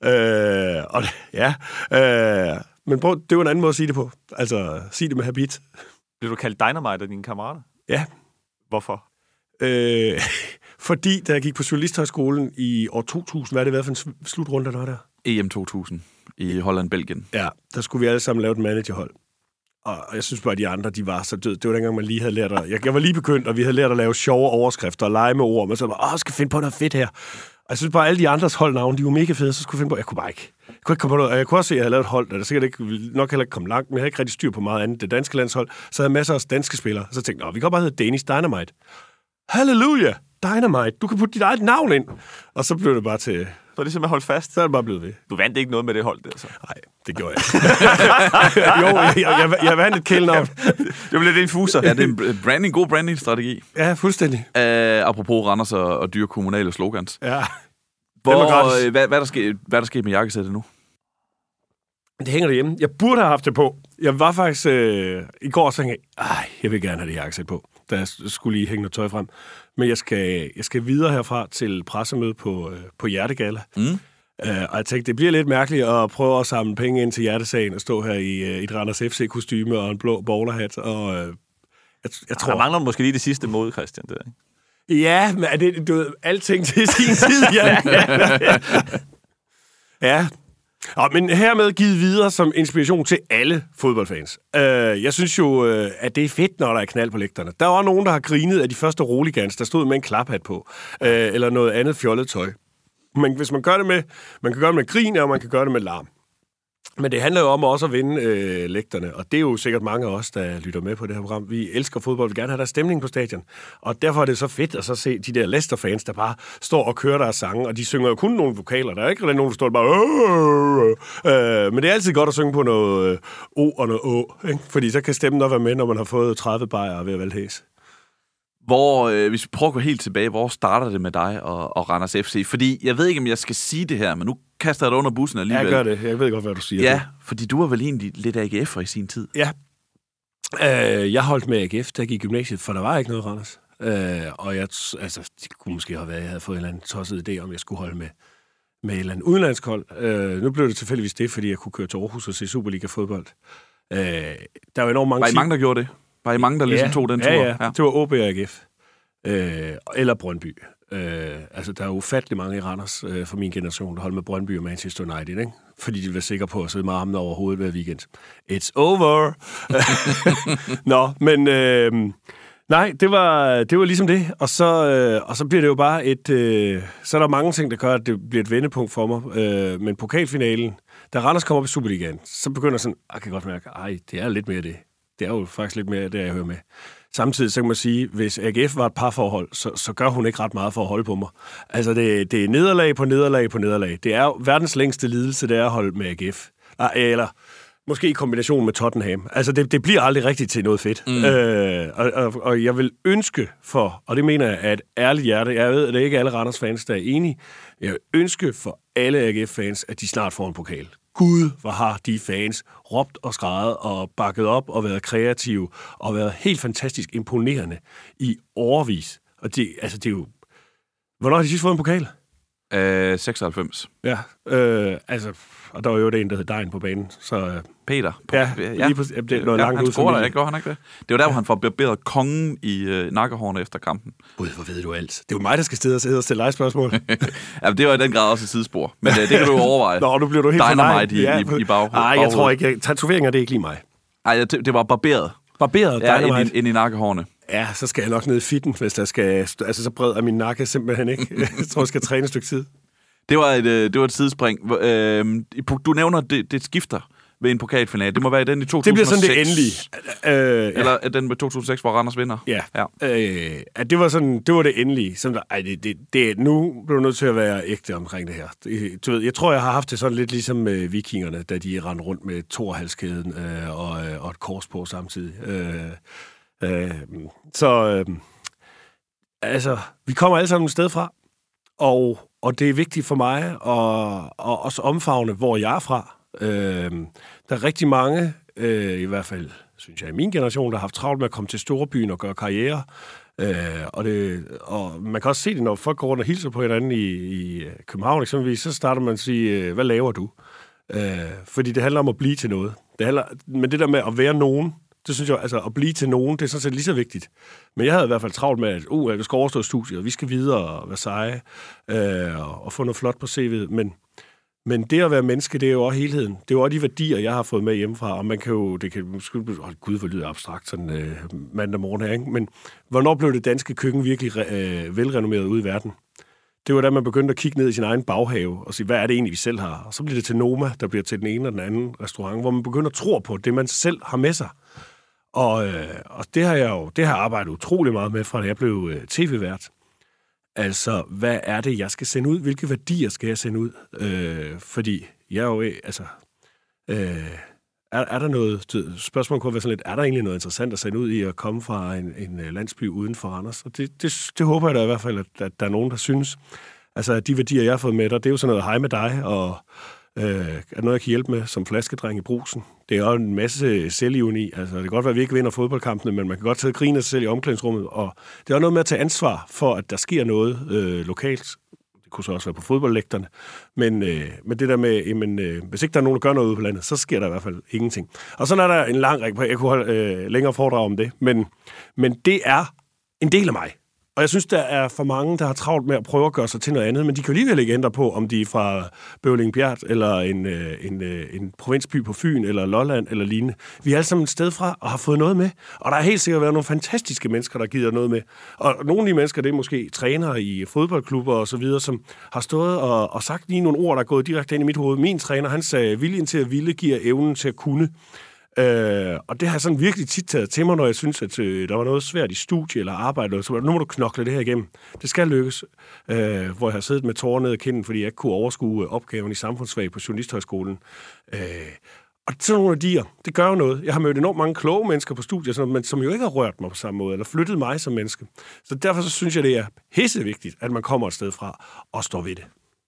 Øh, og ja... Øh, Men prøv, det er jo en anden måde at sige det på. Altså, sig det med habit. Bliver du kaldt Dynamite af dine kammerater? Ja. Hvorfor? Øh, fordi, da jeg gik på Journalisthøjskolen i år to tusind, hvad er det været for en slutrunde, der var der? E M to tusind i Holland-Belgien. Ja, der skulle vi alle sammen lave et managerhold. Og jeg synes bare, at de andre, de var så døde. Det var dengang, man lige havde lært at... Jeg, jeg var lige begyndt, og vi havde lært at lave sjove overskrifter og lege med ord. Men så var åh, jeg skal finde på noget fedt her. Og jeg synes bare, at alle de andres holdnavne, de var mega fede, så skulle jeg finde på... Jeg kunne bare ikke... Jeg kunne ikke komme på noget. Jeg kunne også se, at jeg havde lavet et hold, der der sikkert ikke, nok heller ikke kom langt, men jeg havde ikke rigtig styr på meget andet. Det danske landshold, så havde jeg masser af danske spillere. Så tænkte jeg, vi kan bare hedde Danish Dynamite. Halleluja! Dynamite, du kan putte dit eget navn ind. Og så blev det bare til... Så er det simpelthen holdt fast. Så er det bare blevet ved. Du vandt ikke noget med det hold, der så? Nej, det gjorde jeg ikke. jo, jeg, jeg, jeg vandt et kælenavn. Det blev lidt infuser. Ja, det er en branding, god branding-strategi. Ja, fuldstændig. Uh, apropos Randers og, og dyre kommunale slogans. Ja. Hvor, hvad, hvad, der ske, hvad der sket med jakkesættet nu? Det hænger derhjemme. Jeg burde have haft det på. Jeg var faktisk øh, i går og tænkte, ej, jeg vil gerne have det jakkesæt på. Da jeg skulle lige hænge noget tøj frem. Men jeg skal, jeg skal videre herfra til pressemøde på, øh, på Hjertegala. Mm. Uh, og jeg tænkte, det bliver lidt mærkeligt at prøve at samle penge ind til hjertesagen og stå her i uh, et Randers F C-kostyme og en blå bowlerhat. Og uh, jeg, jeg tror... Der mangler måske lige det sidste mod, Christian. Det, ikke? Ja, men er det, du ved, alting til sin tid, ja. ja. ja. Ja, men hermed givet videre som inspiration til alle fodboldfans. Uh, jeg synes jo, uh, at det er fedt, når der er knald på lægterne. Der var nogen, der har grinet af de første roligans, der stod med en klaphat på, uh, eller noget andet fjollet tøj. Men hvis man gør det med, man kan gøre det med grin, og man kan gøre det med larm. Men det handler jo om også at vinde øh, lægterne, og det er jo sikkert mange af os, der lytter med på det her program. Vi elsker fodbold, vi vil gerne have der stemning på stadion. Og derfor er det så fedt at så se de der Leicester-fans, der bare står og kører deres sange, og de synger jo kun nogle vokaler. Der er ikke nogen, der står bare... Øh, men det er altid godt at synge på noget øh, O og noget Å, ikke? Fordi så kan stemmen nok være med, når man har fået tredive bajer ved at valge hæs. Hvor, øh, hvis vi prøver at gå helt tilbage, hvor starter det med dig og, og Randers F C? Fordi jeg ved ikke, om jeg skal sige det her, men nu kaster jeg dig under bussen alligevel. Jeg gør det. Jeg ved godt, hvad du siger. Ja, fordi du var vel egentlig lidt A G F'er i sin tid. Ja. Øh, jeg holdt med A G F, da jeg gik i gymnasiet, for der var ikke noget Randers. Øh, og jeg, altså, det kunne måske have været, at jeg havde fået en eller anden tosset idé, om jeg skulle holde med, med et eller andet udenlandsk hold. Øh, nu blev det tilfældigvis det, fordi jeg kunne køre til Aarhus og se Superliga-fodbold. Øh, der er jo enormt mange... Var I mange, der gjorde det? Var I mange, der ligesom ja, tog den ja, tur? Ja, ja. Det var O B og A G F. Øh, eller Brøndby. Øh, altså, der er ufattelig mange i Randers øh, fra min generation, der holdt med Brøndby og Manchester United, ikke? Fordi de var sikre på at sidde med armene over hovedet hver weekend. It's over! Nå, men... Øh, nej, det var, det var ligesom det. Og så, øh, og så bliver det jo bare et... Øh, så er der mange ting, der gør, at det bliver et vendepunkt for mig. Øh, men pokalfinalen, da Randers kommer op i Superligaen, så begynder sådan... Jeg kan godt mærke, ej, det er lidt mere det. Det er jo faktisk lidt mere det, jeg hører med. Samtidig så kan man sige, hvis A G F var et parforhold, så, så gør hun ikke ret meget for at holde på mig. Altså, det, det er nederlag på nederlag på nederlag. Det er jo verdens længste lidelse, det er at holde med A G F. Eller måske i kombination med Tottenham. Altså, det, det bliver aldrig rigtigt til noget fedt. Mm. Øh, og, og, og jeg vil ønske for, og det mener jeg af et ærligt hjerte, jeg ved, at det ikke er alle Randers fans, der er enige, jeg vil ønske for alle A G F-fans, at de snart får en pokal. Gud, hvor har de fans råbt og skreget og bakket op og været kreative og været helt fantastisk imponerende i årevis. Og det, altså, det er jo... Hvornår har de sidst fået en pokal? Øh, seksoghalvfems. Ja, øh, altså... Og der var jo det en, der hed Dejen på banen. Så, øh, Peter. Ja, ja, lige præcis. Det er noget ja, langt han ud scorede, ikke? Gjorde han ikke det? Det var der, hvor han får barberet kongen i øh, nakkehårene efter kampen. Gud, hvor ved du alt. Det er jo mig, der skal sidde og, sidde og stille dig spørgsmål. Ja, det var i den grad også et sidespor. Men øh, det kan du jo overveje. Nå, nu bliver du helt Dynamite i, ja, i, i bag. Nej, jeg tror ikke. Tatoveringer, det er ikke lige mig. Nej, det, det var barberet. Barberet? Ja, ind i, ind i nakkehårene. Ja, så skal jeg nok ned i fitten, hvis der skal... Altså, så breder min nakke simpelthen ikke. Jeg tror, jeg skal træne et stykke tid. Det var et, det var et sidespring. Du nævner, det, det skifter ved en pokalfinale. Det må være den i to tusind og seks. Det bliver sådan det endelige. Øh, Eller ja. Den med to tusind og seks, hvor Randers vinder. Ja. ja. Øh, at det var sådan, det var det endelige. Sådan der, ej, det, det, det, nu bliver du nødt til at være ægte omkring det her. Det, du ved, jeg tror, jeg har haft det sådan lidt ligesom med vikingerne, da de rendte rundt med tooghalskæden øh, og, og et kors på samtidig. Øh, øh, så øh, altså, vi kommer alle sammen et sted fra, og Og det er vigtigt for mig at, at også omfavne, hvor jeg er fra. Øh, der er rigtig mange, øh, i hvert fald, synes jeg, i min generation, der har haft travlt med at komme til storbyen og gøre karriere. Øh, og, det, og man kan også se det, når folk går rundt og hilser på hinanden i, i København eksempelvis, så starter man at sige, hvad laver du? Øh, fordi det handler om at blive til noget. Det handler, men det der med at være nogen, det synes jeg, altså at blive til nogen, det er sådan set lige så vigtigt. Men jeg havde i hvert fald travlt med, at uh, vi skal overstå studiet, og vi skal videre og være seje, øh, og, og få noget flot på C V'et. Men, men det at være menneske, det er jo også helheden. Det er jo også de værdier, jeg har fået med hjemmefra, og man kan jo, det kan måske, oh, gud, hvor lyder abstrakt, sådan øh, mandag morgen her, ikke? Men hvornår blev det danske køkken virkelig øh, velrenommeret ude i verden? Det var da, man begyndte at kigge ned i sin egen baghave og sige, hvad er det egentlig, vi selv har? Og så bliver det til Noma, der bliver til den ene og den anden restaurant, hvor man begynder at tro på det, man selv har med sig. Og, øh, og det har jeg jo det har jeg arbejdet utrolig meget med, fra da jeg blev øh, tv-vært. Altså, hvad er det, jeg skal sende ud? Hvilke værdier skal jeg sende ud? Øh, fordi jeg jo, altså... Øh, er, er der noget... Spørgsmålet kunne være sådan lidt, er der egentlig noget interessant at sende ud i at komme fra en, en landsby uden for Randers? Og det, det, det håber jeg da i hvert fald, at, at der er nogen, der synes. Altså, at de værdier, jeg har fået med der, det er jo sådan noget hej med dig, og... Øh, er noget, jeg kan hjælpe med som flaskedreng i Brugsen. Det er jo en masse selvivni. Altså, det kan godt være, at vi ikke vinder fodboldkampene, men man kan godt tage og grine af sig selv i omklædningsrummet. Og det er noget med at tage ansvar for, at der sker noget øh, lokalt. Det kunne så også være på fodboldlægterne. Men, øh, men det der med, jamen, øh, hvis ikke der er nogen, der gør noget ude på landet, så sker der i hvert fald ingenting. Og så er der en lang række, jeg kunne holde øh, længere foredrag om det, men, men det er en del af mig. Og jeg synes, der er for mange, der har travlt med at prøve at gøre sig til noget andet, men de kan alligevel ikke ændre på, om de er fra Bøvlingbjerg, eller en, en, en provinsby på Fyn, eller Lolland, eller lignende. Vi er alle sammen et sted fra, og har fået noget med. Og der er helt sikkert været nogle fantastiske mennesker, der giver noget med. Og nogle af de mennesker, det er måske trænere i fodboldklubber og så videre, som har stået og, og sagt lige nogle ord, der er gået direkte ind i mit hoved. Min træner, han sagde, viljen til at ville giver evnen til at kunne. Øh, og det har jeg sådan virkelig tit taget til mig, når jeg synes, at øh, der var noget svært i studie eller arbejde, så nu må du knokle det her igennem. Det skal lykkes. Øh, hvor jeg har siddet med tårer ned ad kinden, fordi jeg ikke kunne overskue opgaven i samfundsfag på Journalisthøjskolen. Øh, og sådan nogle værdier, det gør jo noget. Jeg har mødt enormt mange kloge mennesker på studier, sådan, men som jo ikke har rørt mig på samme måde, eller flyttet mig som menneske. Så derfor så synes jeg, det er pissevigtigt, at man kommer et sted fra og står ved det.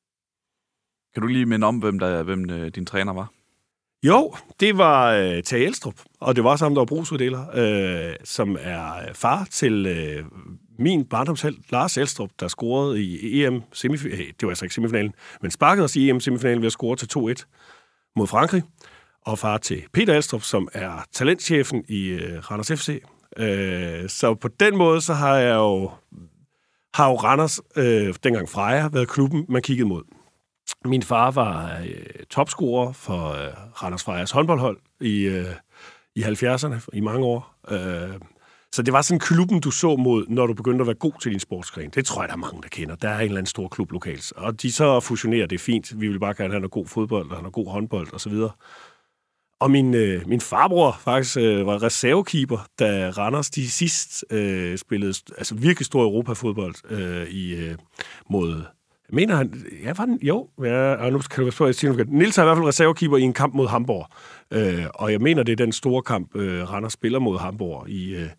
Kan du lige minde om, hvem, der, hvem øh, din træner var? Jo, det var øh, Tage Elstrup, og det var sammen, der var brugsuddeler, øh, som er far til øh, min barndomshelt, Lars Elstrup, der scorede i E M-semifinalen, det var altså ikke semifinalen, men sparkede os i E M-semifinalen ved at score til to et mod Frankrig. og far til Peter Alstrup, som er talentchefen i øh, Randers F C. Øh, så på den måde, så har jeg jo, har jo Randers, øh, dengang Freja, været klubben, man kiggede mod. Min far var øh, topscorer for øh, Randers Frejas håndboldhold i, øh, i halvfjerdserne, i mange år. Øh, så det var sådan klubben, du så mod, når du begyndte at være god til din sportsgren. Det tror jeg, der er mange, der kender. Der er en eller anden stor klub lokalt. Og de så fusionerer, det er fint. Vi vil bare gerne have noget god fodbold, og noget god håndbold osv. Og min, øh, min farbror faktisk øh, var reservekeeper, da Randers de sidst øh, spillede altså virkelig stor europafodbold øh, i, øh, mod... Jeg mener han... Ja, var den, jo, ja, nu kan du spørge, jeg siger, Niels er i hvert fald reservekeeper i en kamp mod Hamburg. Øh, og jeg mener, det er den store kamp, øh, Randers spiller mod Hamburg i, øh,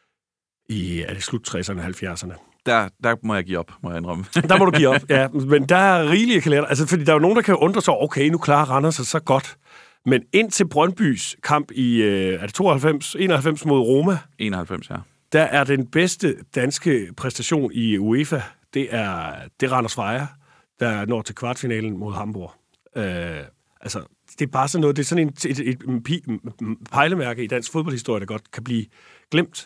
i er det slut tresserne, halvfjerdserne. Der, der må jeg give op, må jeg indrømme. Der må du give op, ja. Men der er rigeligt, jeg kan lære. Altså, fordi der er jo nogen, der kan undre sig, okay, nu klarer Randers sig så godt. Men indtil Brøndbys kamp i, øh, er det tooghalvfems, enoghalvfems mod Roma? enoghalvfems, ja. Der er den bedste danske præstation i UEFA. Det er, det er Randers Freja, der når til kvartfinalen mod Hamburg. Øh, altså, det er bare sådan noget, det er sådan en, et, et, et pejlemærke i dansk fodboldhistorie, der godt kan blive glemt.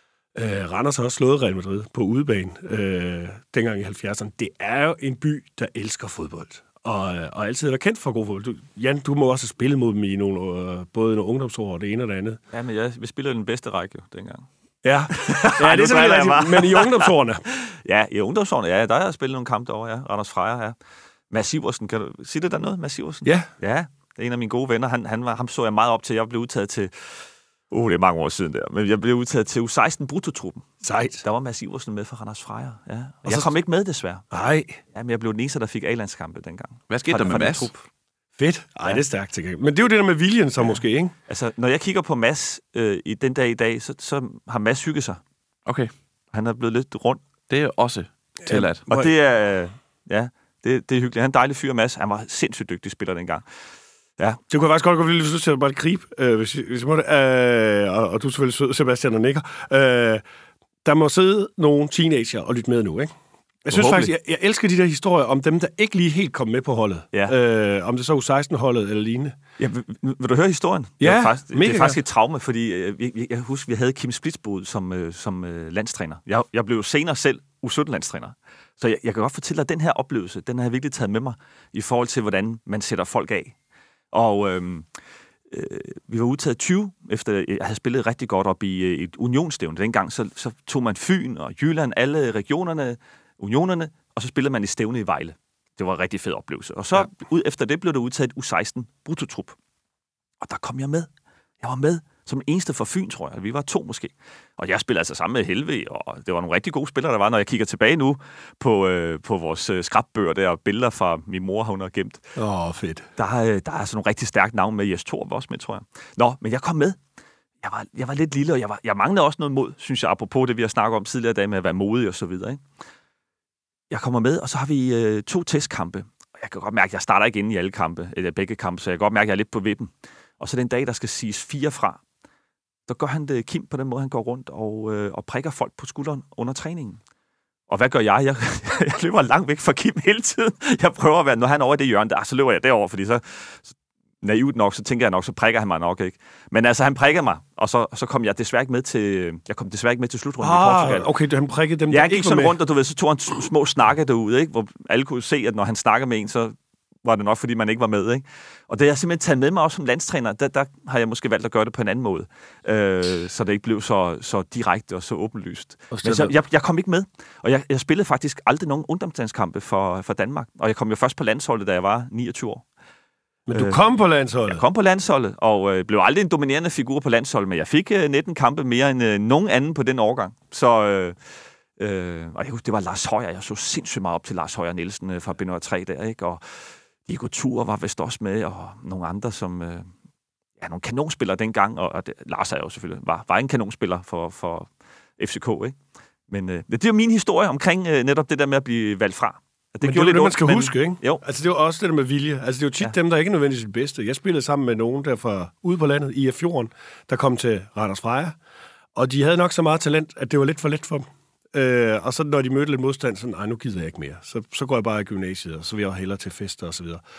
Øh, Randers har også slået Real Madrid på udebane øh, dengang i halvfjerdserne. Det er jo en by, der elsker fodbold. Og, og altid er der kendt for god fodbold. Du, Jan, du må også have spillet mod dem i nogle, øh, både nogle ungdomsår og det ene og det andet. Ja, men jeg, vi spillede den bedste række jo, dengang. Ja, ja det er selvfølgelig rigtigt, men i ungdomsårene. Ja, i ungdomsårene, ja, der har jeg spillet nogle kampe derovre, ja. Randers Freja, ja. Mads Iversen, kan du sige det der noget, Mads Iversen? Ja. Ja, det er en af mine gode venner. Han, han var, ham så jeg meget op til. Jeg blev udtaget til, uh, det er mange år siden der, men jeg blev udtaget til U seksten Bruttotruppen. Sejt. Der var Mads Iversen med for Randers Freja, ja. Og, og jeg så... kom ikke med, desværre. Nej. Ja, men jeg blev den eneste, der fik A-landskampe dengang. Hvad skete der med Mads? Fedt. Ej, ja. Det er stærkt til gang. Men det er jo det der med viljen, så ja. Måske, ikke? Altså, når jeg kigger på Mads øh, i den dag i dag, så, så har Mads hygget sig. Okay. Han er blevet lidt rundt. Det er også tilladt. Ja, og det er, ja, det, det er hyggeligt. Han er en dejlig fyr, Mads. Han var sindssygt dygtig spiller dengang. Ja. Det kunne jeg faktisk godt gå vildt, hvis du siger bare et grib, øh, hvis, hvis jeg må det. Øh, og, og du er selvfølgelig sød, Sebastian og nikker. Øh, der må sidde nogle teenager og lytte med nu, ikke? Jeg synes faktisk, jeg, jeg elsker de der historier om dem, der ikke lige helt kom med på holdet. Ja. Øh, om det så U seksten-holdet eller lignende. Ja, vil, vil du høre historien? Ja, det faktisk, mega det er faktisk et traume, fordi øh, jeg, jeg husker, vi havde Kim Splitsbod som, øh, som øh, landstræner. Jeg, jeg blev senere selv U sytten-landstræner. Så jeg, jeg kan godt fortælle dig, at den her oplevelse, den har jeg virkelig taget med mig i forhold til, hvordan man sætter folk af. Og øh, øh, vi var udtaget tyve, efter jeg havde spillet rigtig godt op i øh, et unionsstævne. Dengang så, så tog man Fyn og Jylland, alle regionerne, unionerne, og så spillede man i stævne i Vejle. Det var en rigtig fed oplevelse. Og så ja. ud, efter det blev der udtaget U seksten Bruttotrup. Og der kom jeg med. Jeg var med som den eneste for Fyn, tror jeg. Vi var to måske. Og jeg spillede altså sammen med Helve, og det var nogle rigtig gode spillere, der var. Når jeg kigger tilbage nu på, øh, på vores øh, skrabbøger der, og billeder fra min mor, hun har gemt. Åh, oh, fedt. Der, øh, der er sådan nogle rigtig stærke navne med. Jes Thor var også med, tror jeg. Nå, men jeg kom med. Jeg var, jeg var lidt lille, og jeg, var, jeg manglede også noget mod, synes jeg, apropos det, vi har snakket om tidligere dage med at være modig og så videre, ikke? Jeg kommer med, og så har vi øh, to testkampe. Og jeg kan godt mærke, at jeg starter ikke inde i alle kampe, eller begge kampe, så jeg kan godt mærke, at jeg er lidt på vippen. Og så den dag, der skal siges fire fra, der gør han det, Kim, på den måde, han går rundt og, øh, og prikker folk på skulderen under træningen. Og hvad gør jeg? Jeg, jeg løber langt væk fra Kim hele tiden. Jeg prøver at være, når han er over i det hjørne, der, så løber jeg derover, fordi så, så naivt nok, så tænker jeg nok, så prikker han mig nok, ikke? Men altså, han prikker mig, og så, så kom jeg desværre ikke med til, jeg kom desværre ikke med til slutrunden ah, i Portugal. Okay, han prikkede dem, ja, der han gik ikke sådan var med. rundt, og du ved, så tog han små snakke derude, ikke? Hvor alle kunne se, at når han snakker med en, så var det nok, fordi man ikke var med, ikke? Og det har jeg simpelthen taget med mig også som landstræner. Der, der har jeg måske valgt at gøre det på en anden måde, øh, så det ikke blev så, så direkte og så åbenlyst. Men så, jeg, jeg kom ikke med, og jeg, jeg spillede faktisk aldrig nogen ungdomslandskampe for, for Danmark. Og jeg kom jo først på landsholdet, da jeg var niogtyve år. Men du kom på landsholdet? Jeg kom på landsholdet, og øh, blev aldrig en dominerende figur på landsholdet, men jeg fik øh, nitten kampe mere end øh, nogen anden på den årgang. Så, øh, øh, og jeg husker, det var Lars Højer. Jeg så sindssygt meget op til Lars Højer Nielsen øh, fra B nul tre der, ikke? Og Diego Tur var vist også med, og nogle andre, som... Øh, ja, nogle kanonspillere dengang, og, og det, Lars er jo selvfølgelig, var, var en kanonspiller for, for F C K, ikke? Men øh, det er jo min historie omkring øh, netop det der med at blive valgt fra. Det men det er det, man skal men... huske, ikke? Jo. Altså, det er jo også det der med vilje. Altså, det er jo tit ja. dem, der ikke er nødvendigvis det bedste. Jeg spillede sammen med nogen der fra ude på landet, I F fjorden, der kom til Randers Freja, og de havde nok så meget talent, at det var lidt for let for dem. Øh, og så når de mødte lidt modstand, så nej, nu gider jeg ikke mere. Så, så går jeg bare i gymnasiet, og så vil jeg hellere til fester og så videre.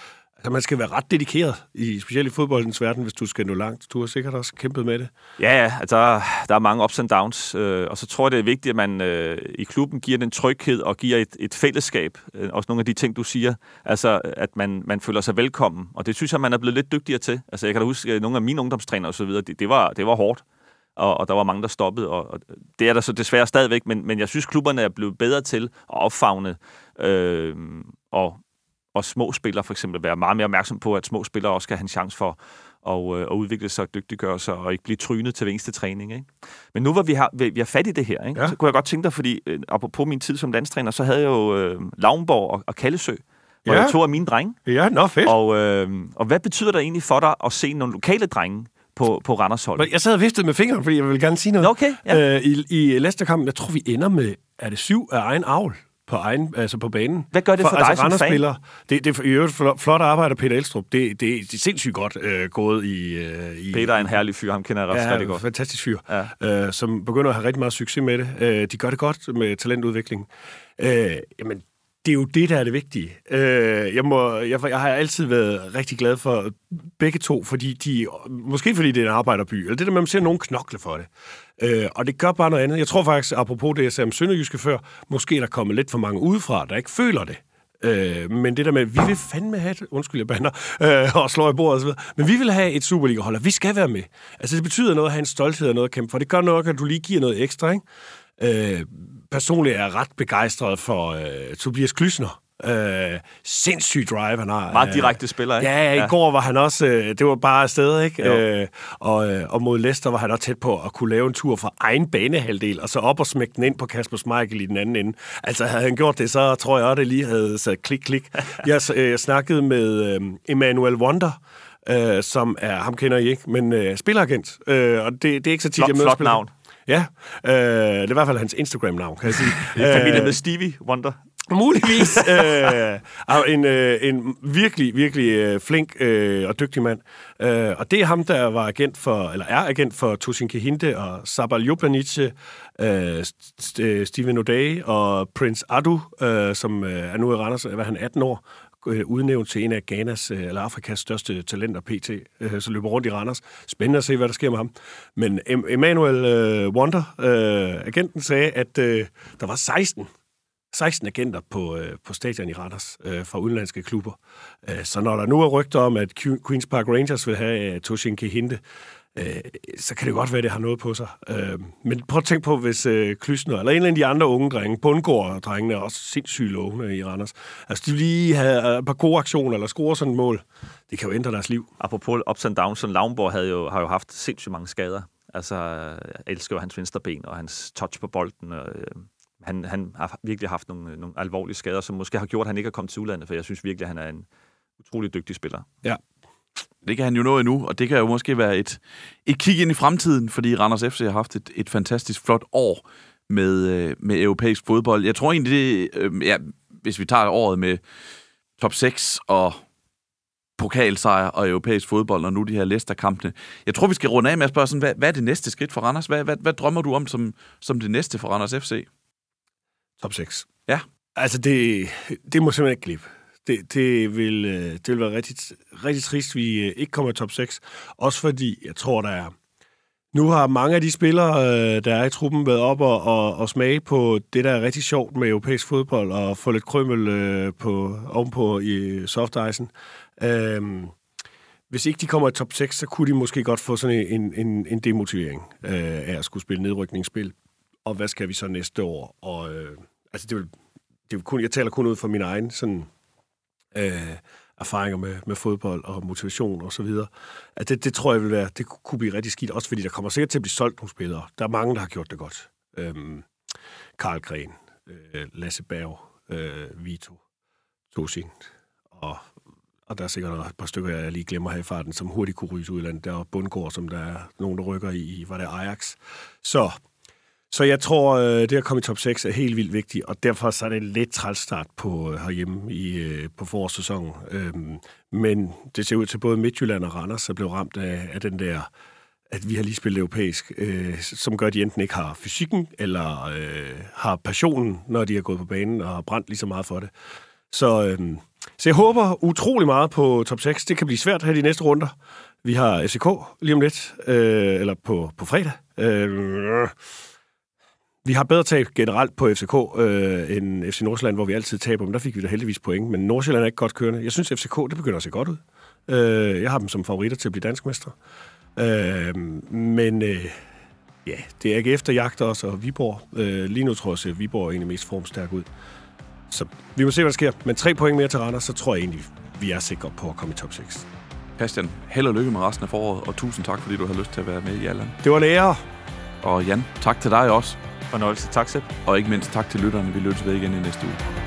Altså, man skal være ret dedikeret, i, specielt i fodboldens verden, hvis du skal nå langt. Du har sikkert også kæmpet med det. Ja, ja, altså, der er mange ups and downs, øh, og så tror jeg, det er vigtigt, at man øh, i klubben giver den tryghed og giver et, et fællesskab. Øh, også nogle af de ting, du siger, altså, at man, man føler sig velkommen, og det synes jeg, man er blevet lidt dygtigere til. Altså, jeg kan da huske, at nogle af mine ungdomstrænere og så videre, det, det, var, det var hårdt, og, og der var mange, der stoppede, og, og det er der så desværre stadigvæk, men, men jeg synes, klubberne er blevet bedre til at opfavne øh, og og små spillere for eksempel være meget mere opmærksom på, at små spillere også skal have en chance for at, øh, at udvikle sig og dygtiggøre sig, og ikke blive trynet til hver eneste træning. Ikke? Men nu hvor vi har, vi har fat i det her, ikke? Ja. Så kunne jeg godt tænke dig, fordi øh, apropos min tid som landstræner, så havde jeg jo øh, Lauenborg og, og Kallesø, hvor ja. jeg tog af mine drenge. Ja, nå fedt. Og, øh, og hvad betyder det egentlig for dig at se nogle lokale drenge på, på Randersholdet? Jeg sad og viftede med fingeren, fordi jeg ville gerne sige noget. Okay, ja. øh, I i Leicester-kampen, jeg tror, vi ender med, er det syv af egen avl? På egen, altså på banen. Hvad gør det for, for dig altså, som fan? Det, det er i øvrigt flot arbejde, Peter Elstrup. Det, det, det er sindssygt godt øh, gået i, øh, i... Peter er en herlig fyr, ham kender jeg også ja, rigtig godt. Fantastisk fyr, ja. øh, som begynder at have rigtig meget succes med det. Øh, de gør det godt med talentudvikling. Øh, jamen, det er jo det, der er det vigtige. Øh, jeg, må, jeg, jeg har altid været rigtig glad for begge to, fordi de, måske fordi det er en arbejderby, eller det der med, at man ser nogen knokle for det. Øh, og det gør bare noget andet. Jeg tror faktisk, apropos det, jeg sagde om Sønderjyske før, måske er der kommet lidt for mange udefra, der ikke føler det. Øh, men det der med, vi vil fandme have det, undskyld, jeg bander, øh, og slår i bordet og så videre, men vi vil have et Superliga-hold, og vi skal være med. Altså, det betyder noget at have en stolthed og noget at kæmpe for. Det gør noget, at du lige giver noget ekstra, ikke? Øh, personligt er jeg ret begejstret for øh, Tobias Klysner. Øh, sindssyg drive, han har. Meget direkte spiller, ikke? Ja, i ja. går var han også, øh, det var bare afsted, ikke? Øh, og, øh, og mod Leicester var han også tæt på at kunne lave en tur fra egen banehalvdel, og så op og smække den ind på Kasper Schmeichel i den anden ende. Altså, havde han gjort det, så tror jeg også, det lige havde sat klik-klik. jeg, øh, jeg snakkede med øh, Emmanuel Wonder, øh, som er, ham kender I ikke, men øh, spilleragent. Øh, og det, det er ikke så tit, flot, jeg møder flot navn. Ja, øh, det er i hvert fald hans Instagram-navn, kan jeg sige. Familie med Stevie Wonder. Muligvis. øh, en, øh, en virkelig, virkelig øh, flink øh, og dygtig mand. Øh, og det er ham, der var agent for, eller er agent for Tosin Kehinde og Sabal Jubanice, øh, St- Steven O'Day og Prince Adu, øh, som øh, er nu i Randers, hvad han atten år, øh, udnævnt til en af Ghanas, øh, eller Afrikas største talenter, P T, øh, så løber rundt i Randers. Spændende at se, hvad der sker med ham. Men em- Emmanuel øh, Wonder, øh, agenten, sagde, at øh, der var seksten seksten agenter på, øh, på stadion i Randers øh, fra udenlandske klubber. Øh, så når der nu er rygter om, at Queen's Park Rangers vil have øh, Tosin Kehinde, øh, så kan det godt være, at det har noget på sig. Øh, men prøv at tænke på, hvis øh, Klysner, eller en af de andre unge drenge, Bundgaard-drengene er også sindssygt lovende i Randers. Altså, de lige have et par gode aktioner, eller score sådan et mål. Det kan jo ændre deres liv. Apropos ups and downs, så Lauenborg havde jo, har jo haft sindssygt mange skader. Altså, jeg elsker jo hans venstre ben, og hans touch på bolden, og øh, Han, han har virkelig haft nogle, nogle alvorlige skader, som måske har gjort, at han ikke er kommet til udlandet, for jeg synes virkelig, at han er en utrolig dygtig spiller. Ja. Det kan han jo nå endnu, og det kan jo måske være et, et kig ind i fremtiden, fordi Randers F C har haft et, et fantastisk flot år med, med europæisk fodbold. Jeg tror egentlig, det, øh, ja, hvis vi tager året med top seks og pokalsejr og europæisk fodbold, og nu de her Leicester-kampene. Jeg tror, vi skal runde af med at spørge, sådan, hvad, hvad er det næste skridt for Randers? Hvad, hvad, hvad drømmer du om som, som det næste for Randers F C? Top seks. Ja. Altså, det, det må simpelthen ikke glippe. Det, det, vil, det vil være rigtig, rigtig trist, at vi ikke kommer i top seks. Også fordi, jeg tror, der er... Nu har mange af de spillere, der er i truppen, været op og, og, og smage på det, der er rigtig sjovt med europæisk fodbold, og få lidt krømmel på, ovenpå i softicen. Øhm, hvis ikke de kommer i top seks, så kunne de måske godt få sådan en, en, en demotivering øh, af at skulle spille nedrykningsspil. Og hvad skal vi så næste år? Og, øh, altså det vil, det vil kun, jeg taler kun ud fra mine egne sådan, øh, erfaringer med, med fodbold og motivation og så videre. At det, det tror jeg vil være, det kunne blive rigtig skidt, også fordi der kommer sikkert til at blive solgt nogle spillere. Der er mange, der har gjort det godt. Øhm, Karl Gren, øh, Lasse Berg, øh, Vito, Tosin, og, og der er sikkert et par stykker, jeg lige glemmer her i farten, som hurtigt kunne ryge ud i landet. Der er Bundgaard, som der er nogen, der rykker i, var det Ajax. Så Så jeg tror, det at komme i top seks er helt vildt vigtigt, og derfor så er det en lidt træls start på herhjemme i, på forårssæsonen. Men det ser ud til både Midtjylland og Randers, der blev ramt af, af den der, at vi har lige spillet europæisk, som gør, at de enten ikke har fysikken, eller har passionen, når de har gået på banen og har brændt lige så meget for det. Så, øh, så jeg håber utrolig meget på top seks. Det kan blive svært her de næste runder. Vi har F C K lige om lidt, øh, eller på, på fredag. Øh, vi har bedre tab generelt på F C K øh, end F C Nordsjælland, hvor vi altid taber, men der fik vi da heldigvis point. Men Nordsjælland er ikke godt kørende. Jeg synes, F C K, det begynder at se godt ud. Øh, jeg har dem som favoritter til at blive danskmestre. Øh, men øh, ja, det er ikke efterjagt også, og Viborg. Øh, lige nu tror jeg, at Viborg er egentlig mest formstærk ud. Så vi må se, hvad der sker. Men tre point mere til Randers, så tror jeg egentlig, vi er sikre på at komme i top seks. Christian, held og lykke med resten af foråret, og tusind tak, fordi du har lyst til at være med i Allan. Det var en ære. Og Jan, tak til dig også. Fornøjelse. Tak selv. Og ikke mindst tak til lytterne. Vi lyttes ved igen i næste uge.